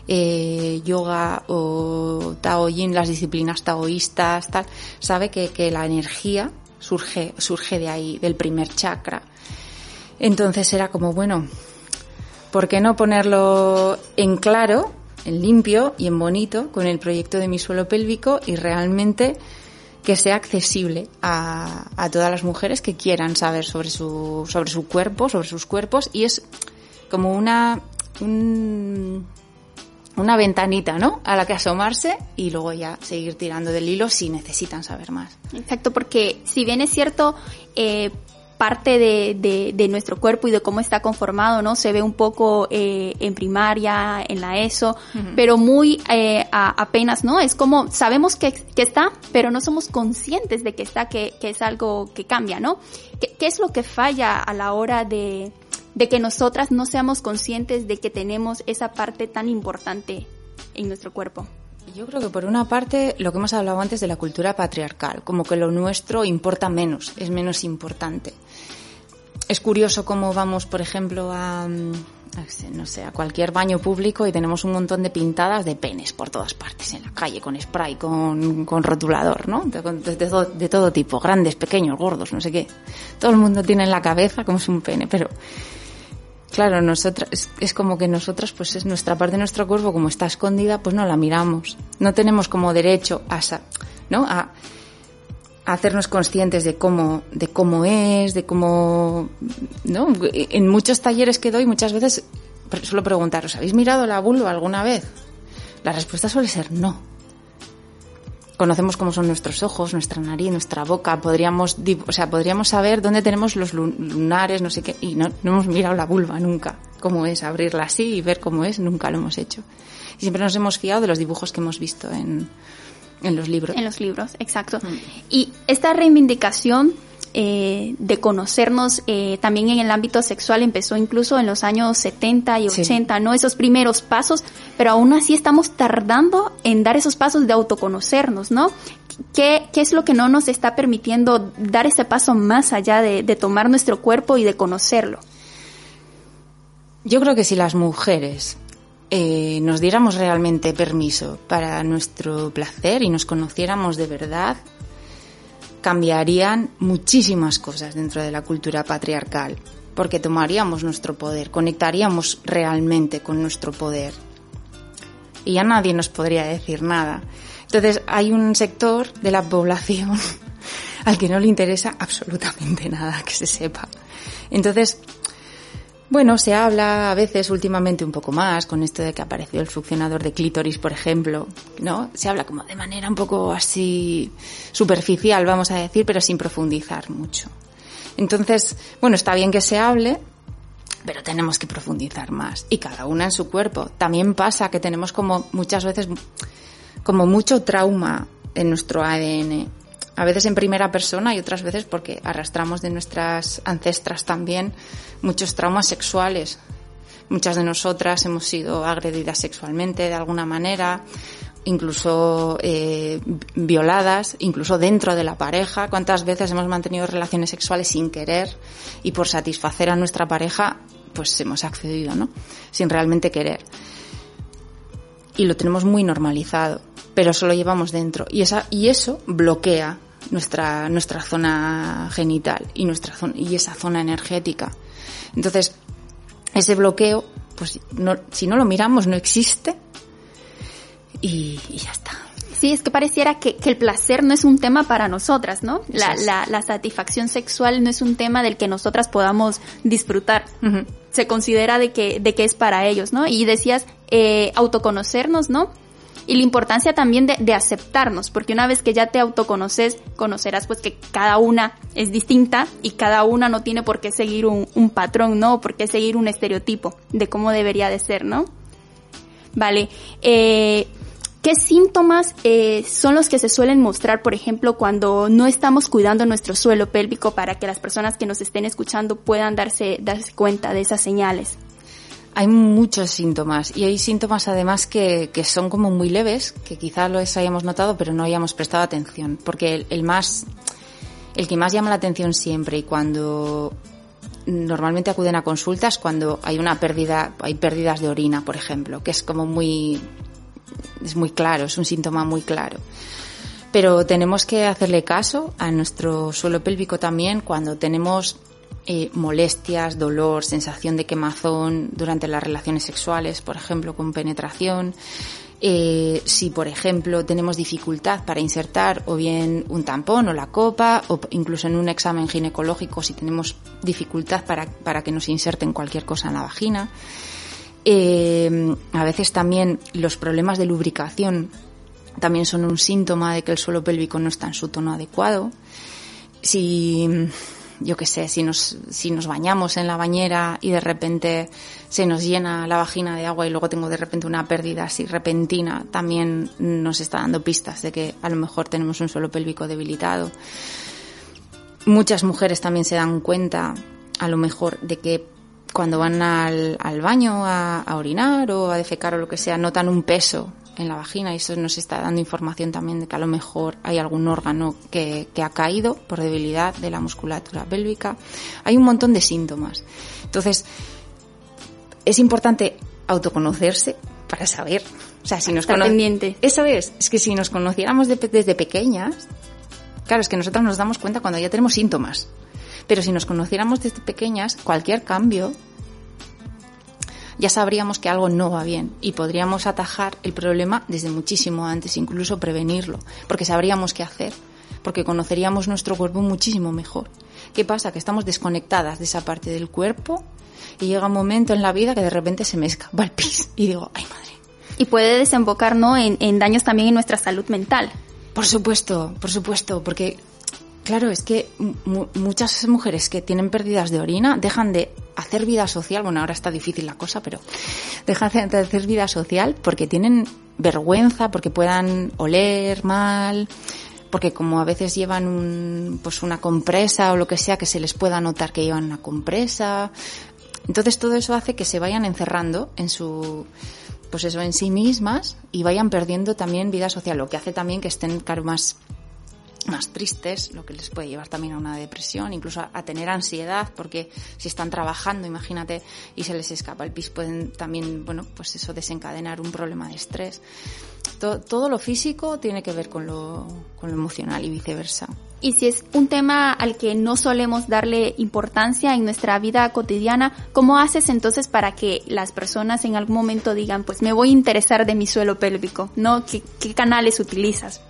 eh, yoga o Tao Yin, las disciplinas taoístas, tal, sabe que, que la energía surge, surge de ahí, del primer chakra. Entonces era como, bueno, ¿por qué no ponerlo en claro, en limpio y en bonito con el proyecto de mi suelo pélvico y realmente que sea accesible a, a todas las mujeres que quieran saber sobre su sobre su cuerpo, sobre sus cuerpos? Y es como una un, una ventanita, ¿no?, a la que asomarse y luego ya seguir tirando del hilo si necesitan saber más. Exacto, porque si bien es cierto, eh, parte de, de, de nuestro cuerpo y de cómo está conformado, ¿no? Se ve un poco eh, en primaria, en la ESO, uh-huh. pero muy eh, a, apenas, ¿no? Es como, sabemos que, que está, pero no somos conscientes de que está, que, que es algo que cambia, ¿no? ¿Qué, qué es lo que falla a la hora de, de que nosotras no seamos conscientes de que tenemos esa parte tan importante en nuestro cuerpo? Yo creo que por una parte lo que hemos hablado antes de la cultura patriarcal, como que lo nuestro importa menos, es menos importante. Es curioso cómo vamos, por ejemplo, a, no sé, a cualquier baño público y tenemos un montón de pintadas de penes por todas partes, en la calle, con spray, con, con rotulador, ¿no? De, de, de, todo, de todo tipo, grandes, pequeños, gordos, no sé qué. Todo el mundo tiene en la cabeza como es un pene, pero claro, nosotras, es, es como que nosotras, pues es nuestra parte de nuestro cuerpo, como está escondida, pues no la miramos. No tenemos como derecho a, ¿no? a a hacernos conscientes de cómo, de cómo es, de cómo, ¿no? En muchos talleres que doy, muchas veces suelo preguntar, ¿os habéis mirado la vulva alguna vez? La respuesta suele ser no. Conocemos cómo son nuestros ojos, nuestra nariz, nuestra boca, podríamos, o sea, podríamos saber dónde tenemos los lunares, no sé qué, y no, no hemos mirado la vulva nunca. Cómo es abrirla así y ver cómo es, nunca lo hemos hecho. Y siempre nos hemos fiado de los dibujos que hemos visto en En los libros. En los libros, exacto. Mm. Y esta reivindicación eh, de conocernos eh, también en el ámbito sexual empezó incluso en los años setenta y ochenta, sí. ¿no? Esos primeros pasos, pero aún así estamos tardando en dar esos pasos de autoconocernos, ¿no? ¿Qué, qué es lo que no nos está permitiendo dar ese paso más allá de, de tomar nuestro cuerpo y de conocerlo? Yo creo que si las mujeres Eh, nos diéramos realmente permiso para nuestro placer y nos conociéramos de verdad, cambiarían muchísimas cosas dentro de la cultura patriarcal, porque tomaríamos nuestro poder, conectaríamos realmente con nuestro poder y ya nadie nos podría decir nada. Entonces hay un sector de la población al que no le interesa absolutamente nada que se sepa. Entonces, bueno, se habla a veces últimamente un poco más con esto de que apareció el succionador de clítoris, por ejemplo, ¿no? Se habla como de manera un poco así superficial, vamos a decir, pero sin profundizar mucho. Entonces, bueno, está bien que se hable, pero tenemos que profundizar más. Y cada una en su cuerpo. También pasa que tenemos como muchas veces como mucho trauma en nuestro A D N. A veces en primera persona y otras veces porque arrastramos de nuestras ancestras también muchos traumas sexuales. Muchas de nosotras hemos sido agredidas sexualmente de alguna manera, incluso eh, violadas, incluso dentro de la pareja. ¿Cuántas veces hemos mantenido relaciones sexuales sin querer y por satisfacer a nuestra pareja pues hemos accedido, ¿no? Sin realmente querer. Y lo tenemos muy normalizado, pero eso lo llevamos dentro y esa y eso bloquea nuestra nuestra zona genital y nuestra zona, y esa zona energética. Entonces, ese bloqueo, pues no, si no lo miramos, no existe y, y ya está. Sí, es que pareciera que, que el placer no es un tema para nosotras, ¿no? La, la, la satisfacción sexual no es un tema del que nosotras podamos disfrutar. Uh-huh. Se considera de que, de que es para ellos, ¿no? Y decías, eh, autoconocernos, ¿no? Y la importancia también de, de aceptarnos, porque una vez que ya te autoconoces, conocerás pues que cada una es distinta y cada una no tiene por qué seguir un, un patrón, ¿no? Por qué seguir un estereotipo de cómo debería de ser, ¿no? Vale, eh, ¿qué síntomas eh, son los que se suelen mostrar, por ejemplo, cuando no estamos cuidando nuestro suelo pélvico para que las personas que nos estén escuchando puedan darse, darse cuenta de esas señales? Hay muchos síntomas y hay síntomas además que, que son como muy leves, que quizá los hayamos notado pero no hayamos prestado atención, porque el, el más, el que más llama la atención siempre y cuando normalmente acuden a consultas cuando hay una pérdida, hay pérdidas de orina, por ejemplo, que es como muy, es muy claro, es un síntoma muy claro. Pero tenemos que hacerle caso a nuestro suelo pélvico también cuando tenemos Eh, molestias, dolor, sensación de quemazón durante las relaciones sexuales, por ejemplo, con penetración. Eh, si, por ejemplo, tenemos dificultad para insertar o bien un tampón o la copa, o incluso en un examen ginecológico si tenemos dificultad para, para que nos inserten cualquier cosa en la vagina. Eh, a veces también los problemas de lubricación también son un síntoma de que el suelo pélvico no está en su tono adecuado. Si... yo qué sé, si nos, si nos bañamos en la bañera y de repente se nos llena la vagina de agua y luego tengo de repente una pérdida así repentina, también nos está dando pistas de que a lo mejor tenemos un suelo pélvico debilitado. Muchas mujeres también se dan cuenta, a lo mejor, de que cuando van al, al baño a, a orinar o a defecar o lo que sea, notan un peso en la vagina y eso nos está dando información también de que a lo mejor hay algún órgano que, que ha caído por debilidad de la musculatura pélvica. Hay un montón de síntomas. Entonces, es importante autoconocerse para saber. O sea, si nos Estar cono- pendiente. Eso es, es que si nos conociéramos de, desde pequeñas, claro, es que nosotros nos damos cuenta cuando ya tenemos síntomas. Pero si nos conociéramos desde pequeñas, cualquier cambio, ya sabríamos que algo no va bien y podríamos atajar el problema desde muchísimo antes, incluso prevenirlo, porque sabríamos qué hacer, porque conoceríamos nuestro cuerpo muchísimo mejor. ¿Qué pasa? Que estamos desconectadas de esa parte del cuerpo y llega un momento en la vida que de repente se me escapa el pis y digo, ¡ay, madre! Y puede desembocar, ¿no?, en, en daños también en nuestra salud mental. Por supuesto, por supuesto, porque claro, es que mu- muchas mujeres que tienen pérdidas de orina dejan de hacer vida social, bueno, ahora está difícil la cosa, pero dejan de hacer vida social porque tienen vergüenza, porque puedan oler mal, porque como a veces llevan un, pues una compresa o lo que sea, que se les pueda notar que llevan una compresa. Entonces todo eso hace que se vayan encerrando en su, pues eso, en sí mismas y vayan perdiendo también vida social, lo que hace también que estén, claro, más más tristes, lo que les puede llevar también a una depresión, incluso a, a tener ansiedad, porque si están trabajando, imagínate, y se les escapa el pis, pueden también, bueno, pues eso, desencadenar un problema de estrés. Todo, todo lo físico tiene que ver con lo, con lo emocional y viceversa. Y si es un tema al que no solemos darle importancia en nuestra vida cotidiana, ¿cómo haces entonces para que las personas en algún momento digan, pues me voy a interesar de mi suelo pélvico, ¿no? ¿Qué, qué canales utilizas?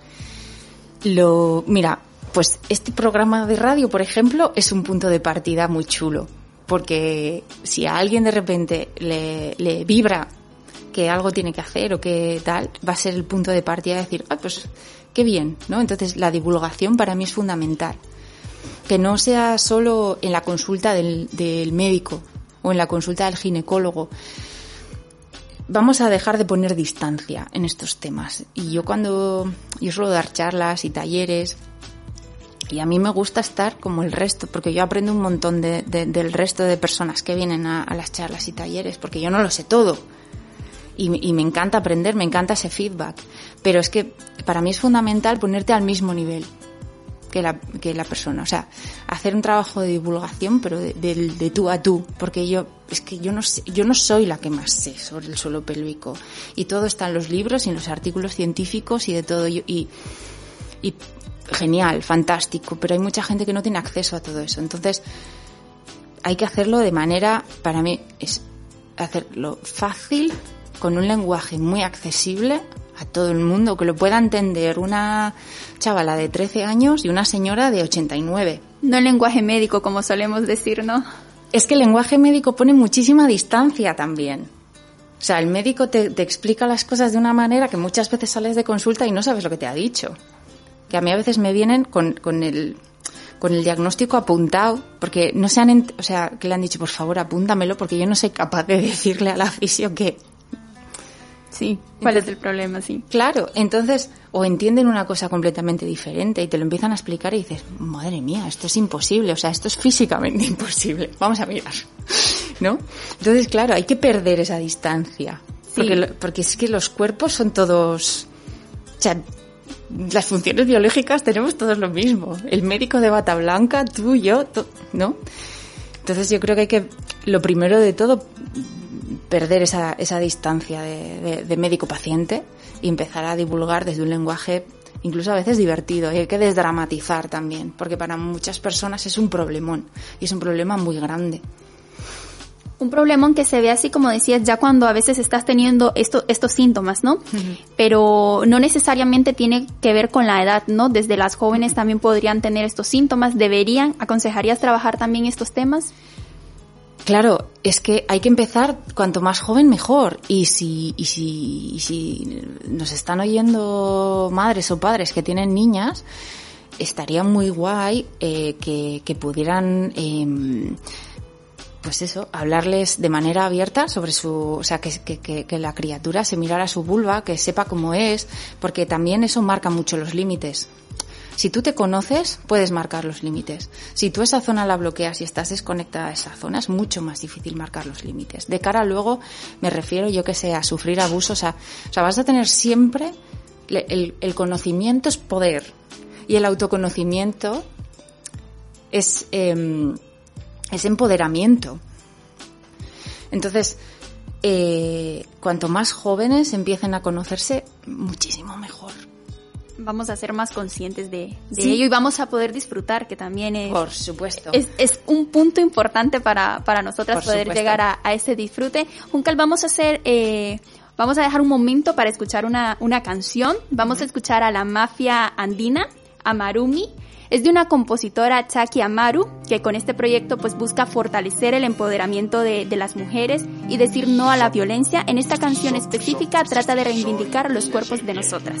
Lo, mira, pues este programa de radio, por ejemplo, es un punto de partida muy chulo, porque si a alguien de repente le, le vibra que algo tiene que hacer o que tal, va a ser el punto de partida de decir, ah, pues qué bien, ¿no? Entonces la divulgación para mí es fundamental, que no sea solo en la consulta del, del médico o en la consulta del ginecólogo. Vamos a dejar de poner distancia en estos temas. Y yo cuando, yo suelo dar charlas y talleres, y a mí me gusta estar como el resto, porque yo aprendo un montón de, de, del resto de personas que vienen a, a las charlas y talleres, porque yo no lo sé todo. Y, y me encanta aprender, me encanta ese feedback. Pero es que para mí es fundamental ponerte al mismo nivel que la, que la persona. O sea, hacer un trabajo de divulgación, pero de, de, de tú a tú. Porque yo, es que yo no sé, yo no soy la que más sé sobre el suelo pélvico. Y todo está en los libros y en los artículos científicos y de todo. Y, y, y genial, fantástico. Pero hay mucha gente que no tiene acceso a todo eso. Entonces, hay que hacerlo de manera, para mí, es hacerlo fácil, con un lenguaje muy accesible a todo el mundo, que lo pueda entender una chavala de trece años y una señora de ochenta y nueve. No el lenguaje médico, como solemos decir, ¿no? Es que el lenguaje médico pone muchísima distancia también. O sea, el médico te, te explica las cosas de una manera que muchas veces sales de consulta y no sabes lo que te ha dicho. Que a mí a veces me vienen con, con el... con el diagnóstico apuntado, porque no se han, ent- o sea, que le han dicho, por favor, apúntamelo, porque yo no soy capaz de decirle a la fisio que... Sí, ¿cuál entonces, es el problema? Sí. Claro, entonces, o entienden una cosa completamente diferente y te lo empiezan a explicar y dices, madre mía, esto es imposible, o sea, esto es físicamente imposible, vamos a mirar, ¿no? Entonces, claro, hay que perder esa distancia, sí. porque, lo, porque es que los cuerpos son todos... O sea, las funciones biológicas tenemos todos lo mismo. El médico de bata blanca, tú, yo, to, ¿no? Entonces yo creo que hay que, lo primero de todo, perder esa, esa distancia de, de, de médico-paciente y empezar a divulgar desde un lenguaje incluso a veces divertido. Y hay que desdramatizar también, porque para muchas personas es un problemón y es un problema muy grande. Un problemón que se ve así, como decías, ya cuando a veces estás teniendo esto, estos síntomas, ¿no? Uh-huh. Pero no necesariamente tiene que ver con la edad, ¿no? Desde las jóvenes también podrían tener estos síntomas. ¿Deberían? ¿Aconsejarías trabajar también estos temas? Claro, es que hay que empezar cuanto más joven mejor. Y si, y si, y si nos están oyendo madres o padres que tienen niñas, estaría muy guay eh, que, que pudieran... Eh, pues eso, hablarles de manera abierta sobre su, o sea, que, que, que la criatura se mirara su vulva, que sepa cómo es, porque también eso marca mucho los límites. Si tú te conoces, puedes marcar los límites. Si tú esa zona la bloqueas y estás desconectada de esa zona, es mucho más difícil marcar los límites. De cara luego, me refiero, yo que sé, a sufrir abusos, a, o sea, vas a tener siempre, el, el conocimiento es poder, y el autoconocimiento es, eh, es empoderamiento. Entonces, eh, cuanto más jóvenes empiecen a conocerse, muchísimo mejor. Vamos a ser más conscientes de, de Sí. ello y vamos a poder disfrutar, que también es, Por supuesto. es, es un punto importante para, para nosotras Por poder supuesto. llegar a, a ese disfrute. Juncal, vamos a hacer, eh, vamos a dejar un momento para escuchar una, una canción. Vamos uh-huh. a escuchar a la mafia andina, Amarumi. Es de una compositora, Chaki Amaru, que con este proyecto pues busca fortalecer el empoderamiento de, de las mujeres y decir no a la violencia. En esta canción específica trata de reivindicar los cuerpos de nosotras.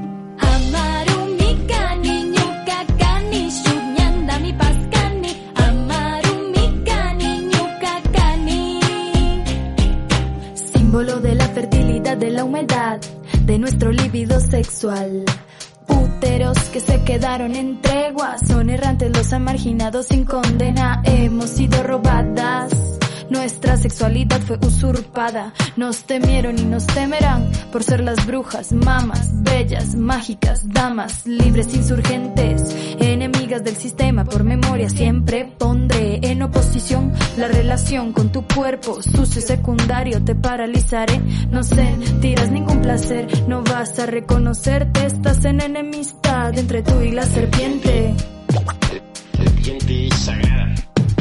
Símbolo de la fertilidad, de la humedad, de nuestro líbido sexual. Úteros que se quedaron en tregua, son errantes, los han marginado sin condena. Hemos sido robadas, nuestra sexualidad fue usurpada. Nos temieron y nos temerán por ser las brujas, mamas, bellas, mágicas, damas, libres, insurgentes, enemigas del sistema. Por memoria siempre pondré en oposición la relación con tu cuerpo sucio secundario. Te paralizaré, no sentirás ningún placer, no vas a reconocerte, estás en enemistad entre tú y la serpiente. Serpiente sagrada.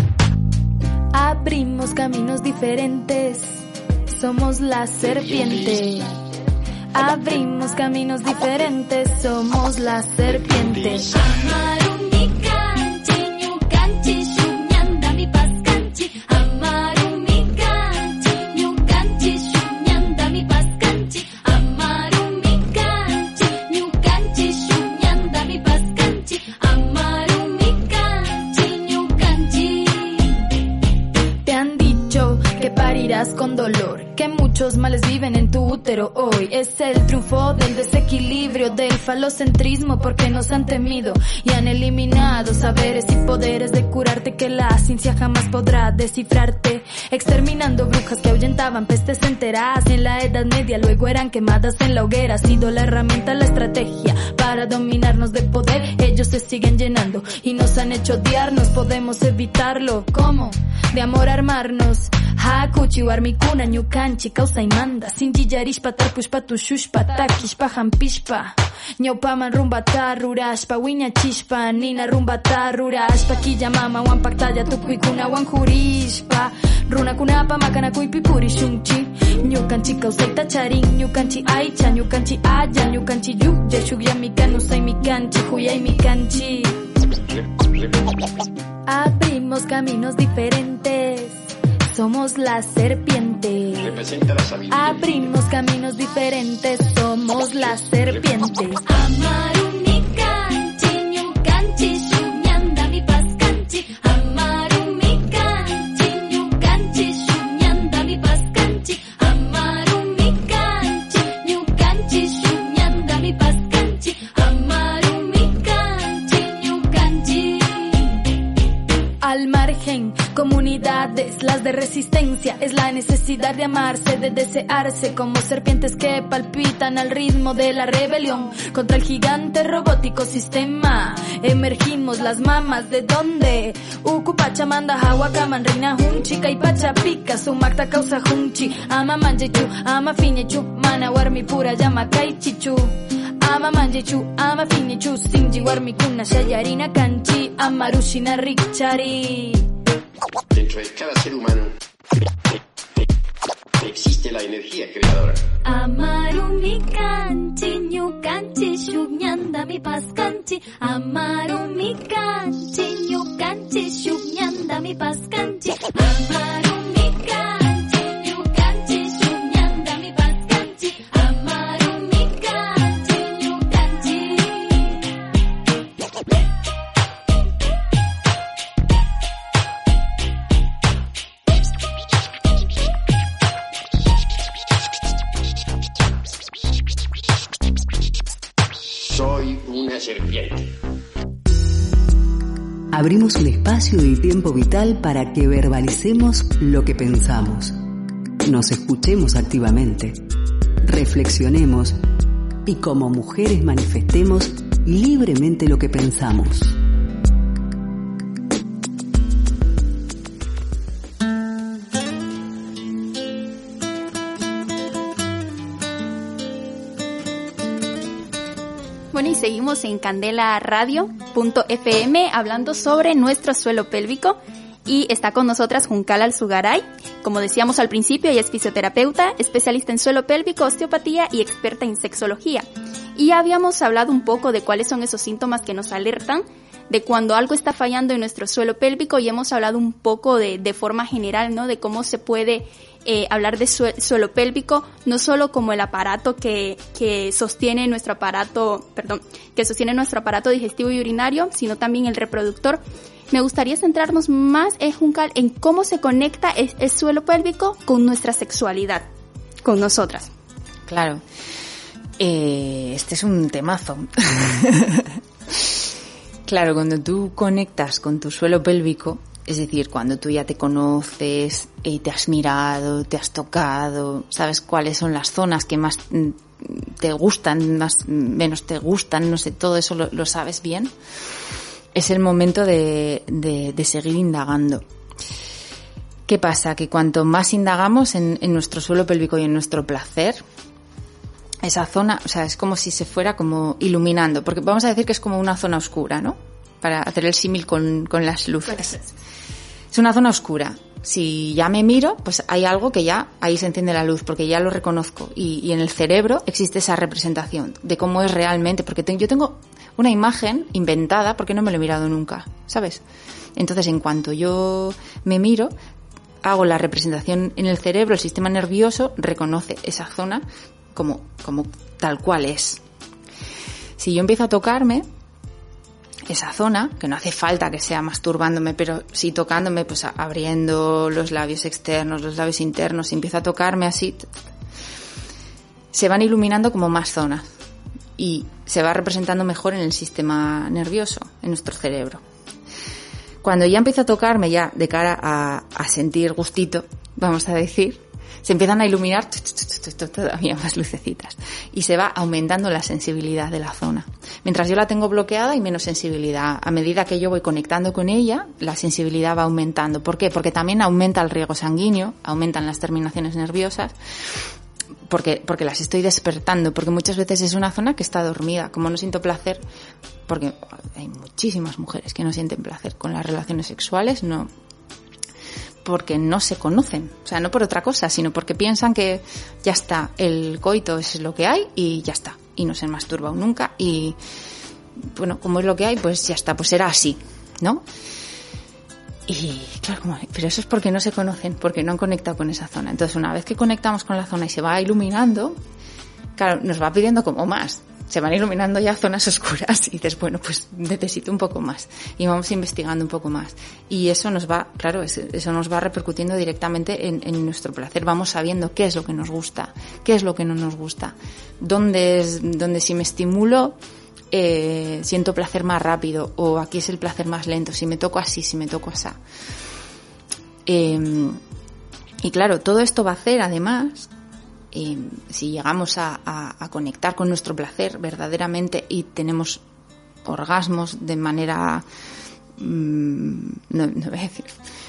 Abrimos caminos diferentes, somos la serpiente. Abrimos caminos diferentes, somos la serpiente. Con dolor, que muchos males viven en tu útero hoy. Es el triunfo del desequilibrio, del falocentrismo, porque nos han temido y han eliminado saberes y poderes de curarte que la ciencia jamás podrá descifrarte. Exterminando brujas que ahuyentaban pestes enteras en la Edad Media, luego eran quemadas en la hoguera. Ha sido la herramienta, la estrategia para dominarnos de poder. Ellos se siguen llenando y nos han hecho odiarnos. Podemos evitarlo, ¿cómo? De amor armarnos. Hakuchi warmikuna ñukanchi causa y manda sinji yarishpa tarpushpa tushushpa takishpa hampishpa ñawpaman rumbata rurashpa wiñachishpa nina rumbata rurashpa killamama wan paktalla tukuykuna wan jurishpa runakunapa makanakuypi purishunchi ñukanchi causayta charin ñukanchi aycha ñukanchi aya ñukanchi yuya shukyami kanusaymi kanchi huyaymi kanchi. Abrimos caminos diferentes, somos la serpiente. Representa la sabiduría. Abrimos caminos diferentes, somos la serpiente. Amarumi kanchi, ñukanchi, shuñanda mi pascanchi. Amarumi kanchi, ñukanchi, shuñanda mi pascanchi. Amarumi kanchi, ñukanchi, shuñanda mi pascanchi. Amarumi kanchi, ñukanchi. Al margen, comunidades, las de resistencia, es la necesidad de amarse, de desearse, como serpientes que palpitan al ritmo de la rebelión contra el gigante robótico sistema. Emergimos las mamas, ¿de dónde? Uku Pachamanda, Hawakaman, Reina Hunchi, Kaipacha Pica, Sumakta causa Hunchi, Ama Manjechu, Ama Finechu, Mana Warmi Pura, Llama Kaichichu. Ama manjechu, ama finechu, sinji warmikuna, shayarina kanchi, amarushina rikchari. Dentro de cada ser humano existe la energía creadora. Amarumi kanchi, ñukanchi, shuñanda mi pascanchi. Amarumi kanchi, ñukanchi, shuñanda mi pascanchi. Amarumi kanchi, ñukanchi, shuñanda mi pascanchi. Amarumi kanchi, ñukanchi. Soy una serpiente. Abrimos un espacio y tiempo vital para que verbalicemos lo que pensamos, nos escuchemos activamente, reflexionemos y como mujeres manifestemos libremente lo que pensamos. Bueno, y seguimos en candela radio punto efe eme hablando sobre nuestro suelo pélvico. Y está con nosotras Juncal Alzugaray. Como decíamos al principio, ella es fisioterapeuta, especialista en suelo pélvico, osteopatía y experta en sexología. Y ya habíamos hablado un poco de cuáles son esos síntomas que nos alertan de cuando algo está fallando en nuestro suelo pélvico, y hemos hablado un poco de, de forma general, ¿no? De cómo se puede eh, hablar de su, suelo pélvico, no solo como el aparato que, que sostiene nuestro aparato, perdón, que sostiene nuestro aparato digestivo y urinario, sino también el reproductor. Me gustaría centrarnos más, eh, Juncal, en cómo se conecta el, el suelo pélvico con nuestra sexualidad, con nosotras. Claro. Eh, este es un temazo. Claro, cuando tú conectas con tu suelo pélvico, es decir, cuando tú ya te conoces, eh, te has mirado, te has tocado, sabes cuáles son las zonas que más te gustan, más menos te gustan, no sé, todo eso lo, lo sabes bien, es el momento de, de, de seguir indagando. ¿Qué pasa? Que cuanto más indagamos en, en nuestro suelo pélvico y en nuestro placer, esa zona, o sea, es como si se fuera como iluminando, porque vamos a decir que es como una zona oscura, ¿no? Para hacer el símil con, con las luces. Es una zona oscura. Si ya me miro, pues hay algo que ya, ahí se enciende la luz, porque ya lo reconozco. Y, y en el cerebro existe esa representación de cómo es realmente, porque te, yo tengo una imagen inventada porque no me lo he mirado nunca, ¿sabes? Entonces, en cuanto yo me miro, hago la representación en el cerebro, el sistema nervioso reconoce esa zona como, como tal cual es. Si yo empiezo a tocarme esa zona, que no hace falta que sea masturbándome, pero sí tocándome, pues abriendo los labios externos, los labios internos, y empiezo a tocarme así, se van iluminando como más zonas y se va representando mejor en el sistema nervioso, en nuestro cerebro. Cuando ya empiezo a tocarme ya de cara a, a sentir gustito, vamos a decir, se empiezan a iluminar todavía más lucecitas y se va aumentando la sensibilidad de la zona. Mientras yo la tengo bloqueada hay menos sensibilidad. A medida que yo voy conectando con ella, la sensibilidad va aumentando. ¿Por qué? Porque también aumenta el riego sanguíneo, aumentan las terminaciones nerviosas, porque, porque las estoy despertando, porque muchas veces es una zona que está dormida. Como no siento placer, porque hay muchísimas mujeres que no sienten placer con las relaciones sexuales, no... porque no se conocen, o sea, no por otra cosa, sino porque piensan que ya está, el coito es lo que hay y ya está, y no se han masturbado nunca y, bueno, como es lo que hay, pues ya está, pues será así, ¿no? Y claro, pero eso es porque no se conocen, porque no han conectado con esa zona. Entonces, una vez que conectamos con la zona y se va iluminando, claro, nos va pidiendo como más. Se van iluminando ya zonas oscuras y dices, bueno, pues necesito un poco más. Y vamos investigando un poco más. Y eso nos va, claro, eso nos va repercutiendo directamente en, en nuestro placer. Vamos sabiendo qué es lo que nos gusta, qué es lo que no nos gusta. Dónde es, dónde si me estimulo, eh, siento placer más rápido, o aquí es el placer más lento, si me toco así, si me toco así. Eh, y claro, todo esto va a hacer, además, Eh, si llegamos a, a, a conectar con nuestro placer verdaderamente y tenemos orgasmos de manera mmm, no, no voy a decir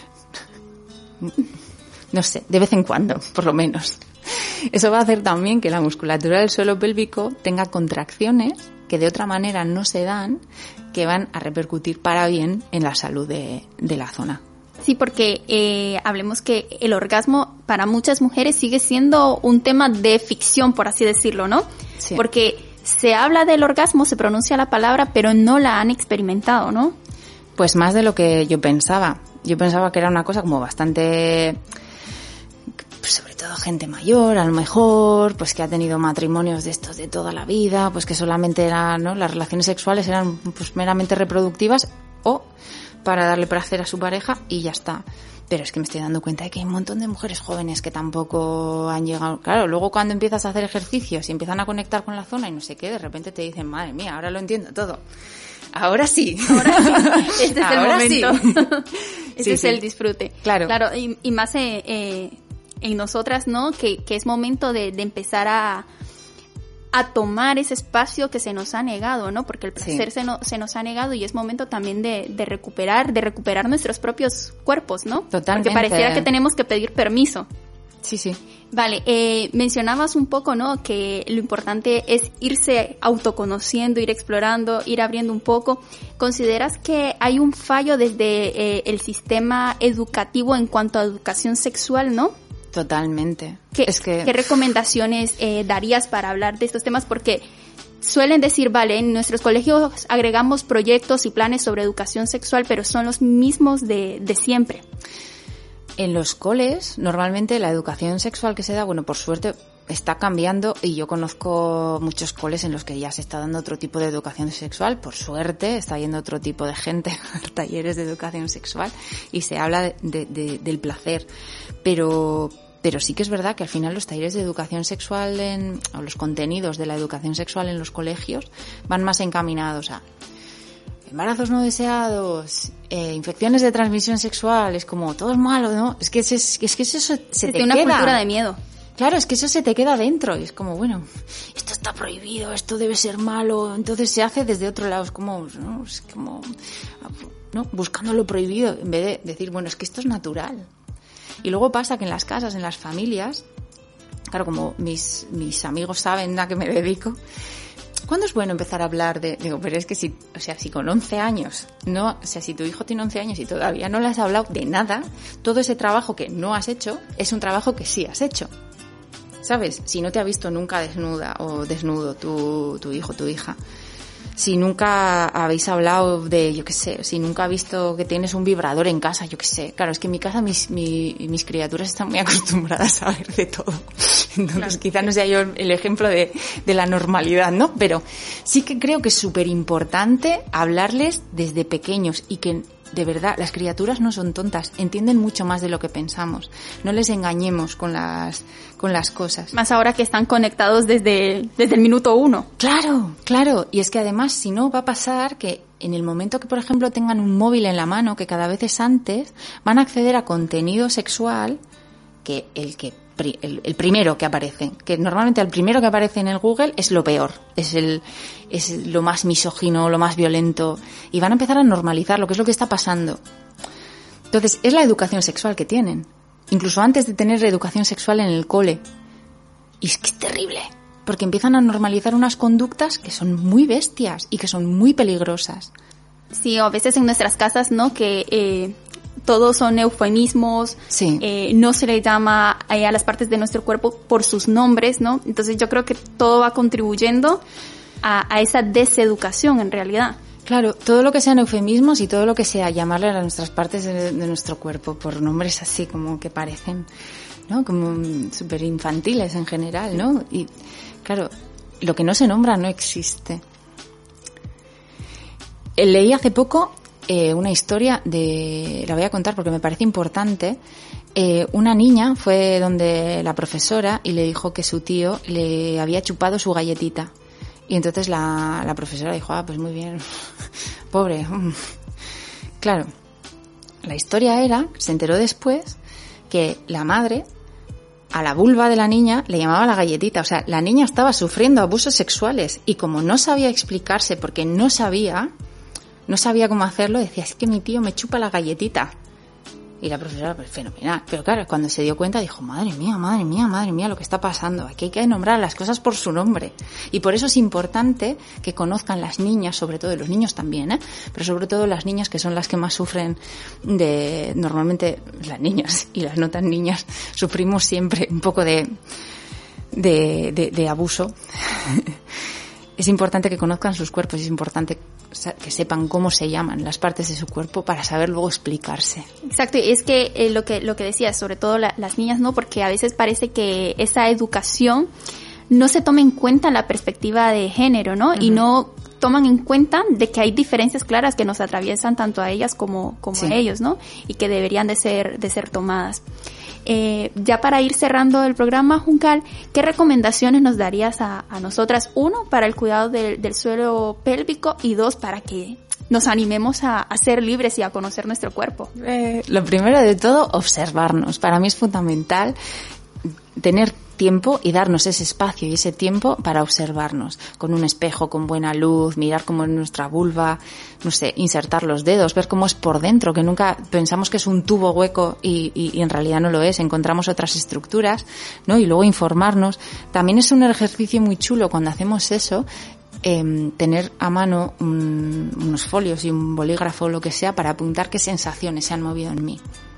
no sé, de vez en cuando, por lo menos, eso va a hacer también que la musculatura del suelo pélvico tenga contracciones que de otra manera no se dan, que van a repercutir para bien en la salud de, de la zona. Sí, porque eh, hablemos que el orgasmo para muchas mujeres sigue siendo un tema de ficción, por así decirlo, ¿no? Sí. Porque se habla del orgasmo, se pronuncia la palabra, pero no la han experimentado, ¿no? Pues más de lo que yo pensaba. Yo pensaba que era una cosa como bastante, pues sobre todo gente mayor, a lo mejor, pues que ha tenido matrimonios de estos de toda la vida, pues que solamente eran, ¿no? Las relaciones sexuales eran pues meramente reproductivas o para darle placer a su pareja y ya está. Pero es que me estoy dando cuenta de que hay un montón de mujeres jóvenes que tampoco han llegado. Claro, luego cuando empiezas a hacer ejercicios y empiezan a conectar con la zona y no sé qué, de repente te dicen, madre mía, ahora lo entiendo todo. Ahora sí. Ahora sí. Este es ahora el momento. Sí. Este sí, es sí. el disfrute. Claro. Claro, y, y más eh, eh, en nosotras, ¿no? Que, que es momento de, de empezar a... a tomar ese espacio que se nos ha negado, ¿no? Porque el placer sí. se, no, se nos ha negado y es momento también de, de recuperar, de recuperar nuestros propios cuerpos, ¿no? Totalmente. Porque pareciera que tenemos que pedir permiso. Sí, sí. Vale, eh, mencionabas un poco, ¿no? Que lo importante es irse autoconociendo, ir explorando, ir abriendo un poco. ¿Consideras que hay un fallo desde eh, el sistema educativo en cuanto a educación sexual, no? Totalmente. ¿Qué, es que... ¿qué recomendaciones eh, darías para hablar de estos temas? Porque suelen decir, vale, en nuestros colegios agregamos proyectos y planes sobre educación sexual, pero son los mismos de, de siempre. En los coles, normalmente la educación sexual que se da, bueno, por suerte está cambiando y yo conozco muchos coles en los que ya se está dando otro tipo de educación sexual. Por suerte está yendo otro tipo de gente a talleres de educación sexual y se habla de, de, de, del placer. Pero, pero sí que es verdad que al final los talleres de educación sexual en, o los contenidos de la educación sexual en los colegios van más encaminados a embarazos no deseados, eh, infecciones de transmisión sexual, es como todo es malo, ¿no? Es que es, es, es que eso se te queda. Es una cultura de miedo. Claro, es que eso se te queda dentro y es como, bueno, esto está prohibido, esto debe ser malo, entonces se hace desde otro lado, es como, ¿no? Es como, ¿no? Buscando lo prohibido en vez de decir, bueno, es que esto es natural. Y luego pasa que en las casas, en las familias, claro, como mis, mis amigos saben a qué me dedico, ¿cuándo es bueno empezar a hablar de...? Digo, pero es que si, o sea, si con once años, no, o sea, si tu hijo tiene once años y todavía no le has hablado de nada, todo ese trabajo que no has hecho es un trabajo que sí has hecho. ¿Sabes? Si no te ha visto nunca desnuda o desnudo tu, tu hijo, tu hija. Si nunca habéis hablado de, yo qué sé, si nunca ha visto que tienes un vibrador en casa, yo qué sé. Claro, es que en mi casa mis, mi, mis criaturas están muy acostumbradas a ver de todo. Entonces claro, quizá no sea yo el ejemplo de, de la normalidad, ¿no? Pero sí que creo que es súper importante hablarles desde pequeños y que, de verdad, las criaturas no son tontas, entienden mucho más de lo que pensamos. No les engañemos con las, con las cosas. Más ahora que están conectados desde, desde el minuto uno. Claro, claro. Y es que además, si no, va a pasar que en el momento que, por ejemplo, tengan un móvil en la mano, que cada vez es antes, van a acceder a contenido sexual que el que El, el primero que aparece, que normalmente el primero que aparece en el Google es lo peor, es el es lo más misógino, lo más violento, y van a empezar a normalizar lo que es lo que está pasando. Entonces, es la educación sexual que tienen, incluso antes de tener educación sexual en el cole. Y es que es terrible, porque empiezan a normalizar unas conductas que son muy bestias y que son muy peligrosas. Sí, a veces en nuestras casas, ¿no? Que eh, todos son eufemismos, sí. eh, no se le llama eh, a las partes de nuestro cuerpo por sus nombres, ¿no? Entonces yo creo que todo va contribuyendo a, a esa deseducación en realidad. Claro, todo lo que sean eufemismos y todo lo que sea llamarle a nuestras partes de, de nuestro cuerpo por nombres así como que parecen, ¿no? Como súper infantiles en general, ¿no? Y claro, lo que no se nombra no existe. Leí hace poco eh, una historia de, la voy a contar porque me parece importante. Eh, una niña fue donde la profesora y le dijo que su tío le había chupado su galletita. Y entonces la, la profesora dijo, ah, pues muy bien, pobre. Claro, la historia era, se enteró después, que la madre a la vulva de la niña le llamaba la galletita. O sea, la niña estaba sufriendo abusos sexuales y como no sabía explicarse porque no sabía, no sabía cómo hacerlo, decía, es que mi tío me chupa la galletita. Y la profesora, pues fenomenal. Pero claro, cuando se dio cuenta dijo, madre mía, madre mía, madre mía, lo que está pasando. Aquí hay que nombrar las cosas por su nombre. Y por eso es importante que conozcan las niñas, sobre todo, los niños también, ¿eh? Pero sobre todo las niñas, que son las que más sufren de, normalmente las niñas y las no tan niñas, sufrimos siempre un poco de, de, de, de abuso. Es importante que conozcan sus cuerpos, es importante que sepan cómo se llaman las partes de su cuerpo para saber luego explicarse. Exacto, y es que eh, lo que lo que decías, sobre todo la, las niñas, ¿no? Porque a veces parece que esa educación no se toma en cuenta la perspectiva de género, ¿no? Uh-huh. Y no toman en cuenta de que hay diferencias claras que nos atraviesan tanto a ellas como como sí. a ellos, ¿no? Y que deberían de ser de ser tomadas. Eh, ya para ir cerrando el programa, Juncal, ¿qué recomendaciones nos darías a, a nosotras? Uno, para el cuidado del, del suelo pélvico, y dos, para que nos animemos a, a ser libres y a conocer nuestro cuerpo. Eh, lo primero de todo, observarnos. Para mí es fundamental tener tiempo y darnos ese espacio y ese tiempo para observarnos con un espejo, con buena luz, mirar cómo es nuestra vulva, no sé, insertar los dedos, ver cómo es por dentro, que nunca pensamos que es un tubo hueco y, y, y en realidad no lo es, encontramos otras estructuras, ¿no? Y luego informarnos. También es un ejercicio muy chulo cuando hacemos eso, eh, tener a mano un, unos folios y un bolígrafo o lo que sea para apuntar qué sensaciones se han movido en mí.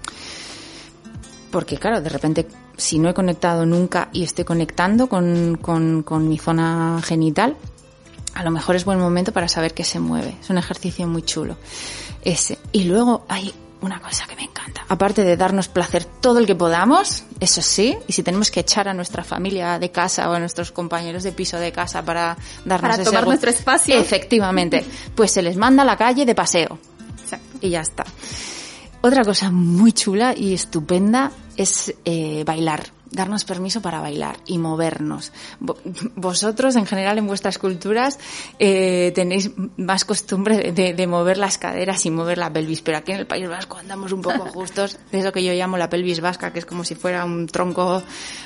Porque claro, de repente, si no he conectado nunca y estoy conectando con, con, con mi zona genital, a lo mejor es buen momento para saber qué se mueve. Es un ejercicio muy chulo ese. Y luego hay una cosa que me encanta. Aparte de darnos placer todo el que podamos, eso sí, y si tenemos que echar a nuestra familia de casa o a nuestros compañeros de piso de casa para darnos para ese tomar algo, nuestro espacio. Efectivamente, pues se les manda a la calle de paseo. Exacto. Y ya está. Otra cosa muy chula y estupenda es eh, bailar, darnos permiso para bailar y movernos. Vosotros, en general, en vuestras culturas, eh, tenéis más costumbre de, de mover las caderas y mover la pelvis, pero aquí en el País Vasco andamos un poco justos de eso que yo llamo la pelvis vasca, que es como si fuera un tronco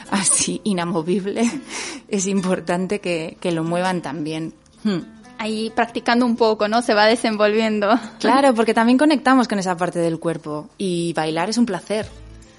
así inamovible. Es importante que, que lo muevan también. Hmm. Ahí practicando un poco, ¿no? Se va desenvolviendo. Claro, porque también conectamos con esa parte del cuerpo y bailar es un placer.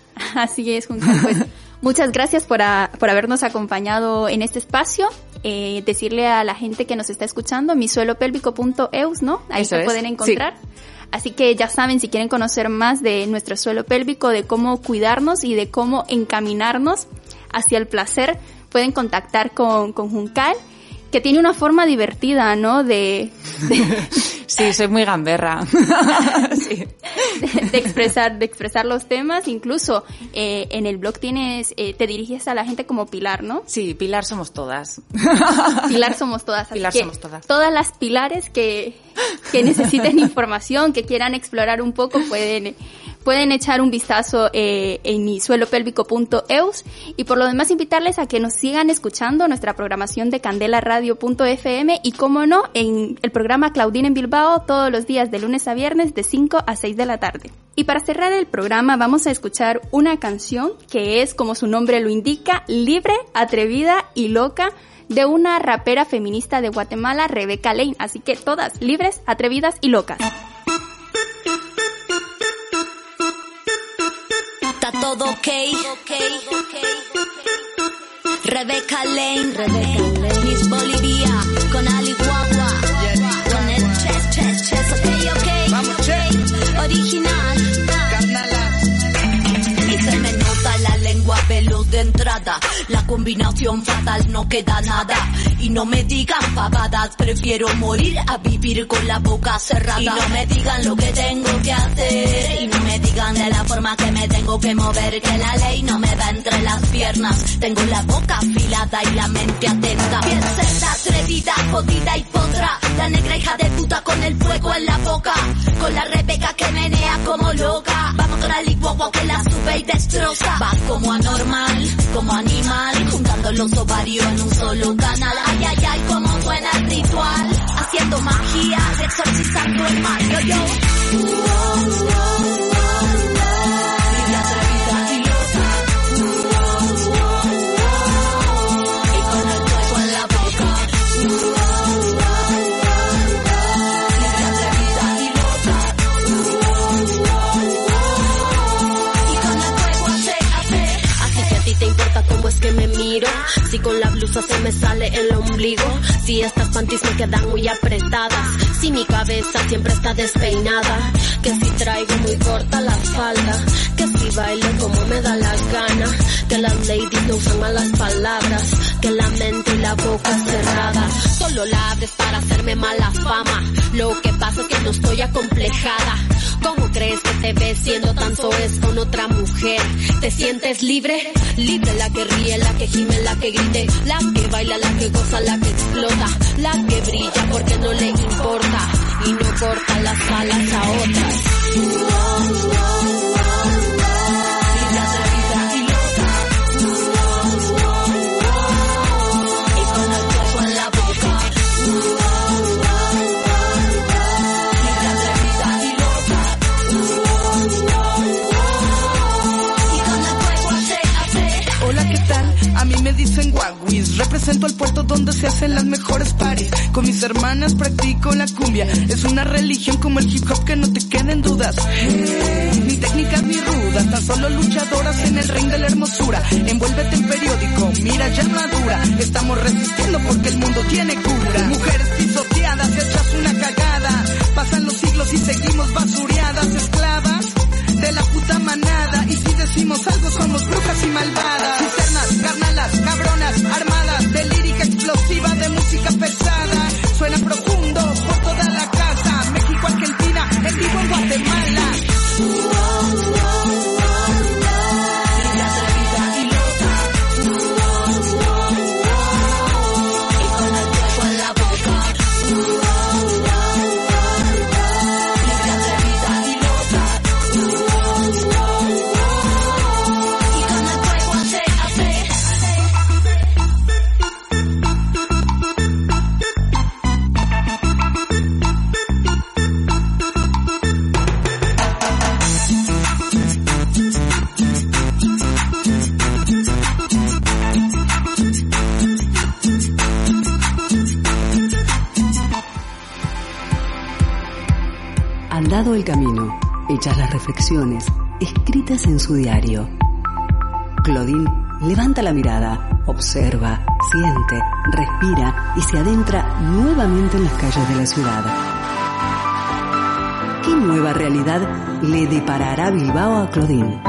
Así es, Juncal. Pues muchas gracias por, a, por habernos acompañado en este espacio. Eh, decirle a la gente que nos está escuchando, mi suelo pélvico punto e u s, ¿no? Ahí Eso se es. pueden encontrar. Sí. Así que ya saben, si quieren conocer más de nuestro suelo pélvico, de cómo cuidarnos y de cómo encaminarnos hacia el placer, pueden contactar con, con Juncal, que tiene una forma divertida, ¿no? De, de sí, soy muy gamberra. Sí. De, de expresar, de expresar los temas. Incluso eh, en el blog tienes, eh, te diriges a la gente como Pilar, ¿no? Sí, Pilar somos todas. Pilar somos todas. Así Pilar que somos todas. Todas las pilares que, que necesiten información, que quieran explorar un poco, pueden, pueden echar un vistazo eh, en mi suelo pélvico punto e u s. Y por lo demás, invitarles a que nos sigan escuchando nuestra programación de Candela Radio punto f m y, como no, en el programa Claudine en Bilbao todos los días de lunes a viernes de cinco a seis de la tarde. Y para cerrar el programa vamos a escuchar una canción que es, como su nombre lo indica, libre, atrevida y loca, de una rapera feminista de Guatemala, Rebeca Lane. Así que todas libres, atrevidas y locas. Está todo ok, Rebeca Lane, Rebeca Lane, Miss Bolivia, con Ali Guagua, con el chess, chess, chess, ok, ok, vamos, chess, original, carnala, y se me nota la lengua veloz de entrada, la combinación fatal no queda nada, y no me digan pavadas, prefiero morir a vivir con la boca cerrada, y no me digan lo que tengo que hacer, y no me digan de la forma que me tengo que mover, que la ley no me va entre las piernas, tengo la boca afilada y la mente atenta, bien cerda, atrevida, jodida y potra, la negra hija de puta con el fuego en la boca, con la Rebeca que menea como loca, vamos con la licuagua que la sube y destroza, va como anormal, como animal, juntando los ovarios en un solo canal, ay ay ay como suena el ritual, haciendo magia, exorcizando el mal, yo yo, uh, uh, uh, uh. Que me miro, si con la blusa se me sale el ombligo, si estas panties me quedan muy apretadas, si mi cabeza siempre está despeinada, que si traigo muy corta la falda, que si bailo como me da la gana, que las ladies no usan malas palabras, que la mente y la boca cerrada, solo la abres para hacerme mala fama, lo que pasa es que no estoy acomplejada. ¿Cómo crees que te ves siendo tan soez con otra mujer? ¿Te sientes libre? Libre la que ríe, la que gime, la que grite, la que baila, la que goza, la que explota, la que brilla porque no le importa y no corta las alas a otras. Libre, atrevida y loca, y con el cuerpo en la boca. Hola, ¿qué tal? dicen guaguis. Represento al puerto donde se hacen las mejores parties. Con mis hermanas practico la cumbia. Es una religión como el hip hop, que no te queden dudas. Hey, ni técnicas ni rudas, tan solo luchadoras en el ring de la hermosura. Envuélvete en periódico, mira ya madura. Estamos resistiendo porque el mundo tiene cura. Mujeres pisoteadas, hechas una cagada. Pasan los siglos y seguimos basureadas, esclavas de la puta manada. Y si decimos algo somos brujas y malvadas. Cisternas, carnalas, cabronas, armadas de lírica explosiva, de música pesada. Suena profundo por toda la casa. México, Argentina, en vivo en Guatemala. Andado el camino, hechas las reflexiones, escritas en su diario. Claudine levanta la mirada, observa, siente, respira y se adentra nuevamente en las calles de la ciudad. ¿Qué nueva realidad le deparará Bilbao a Claudine?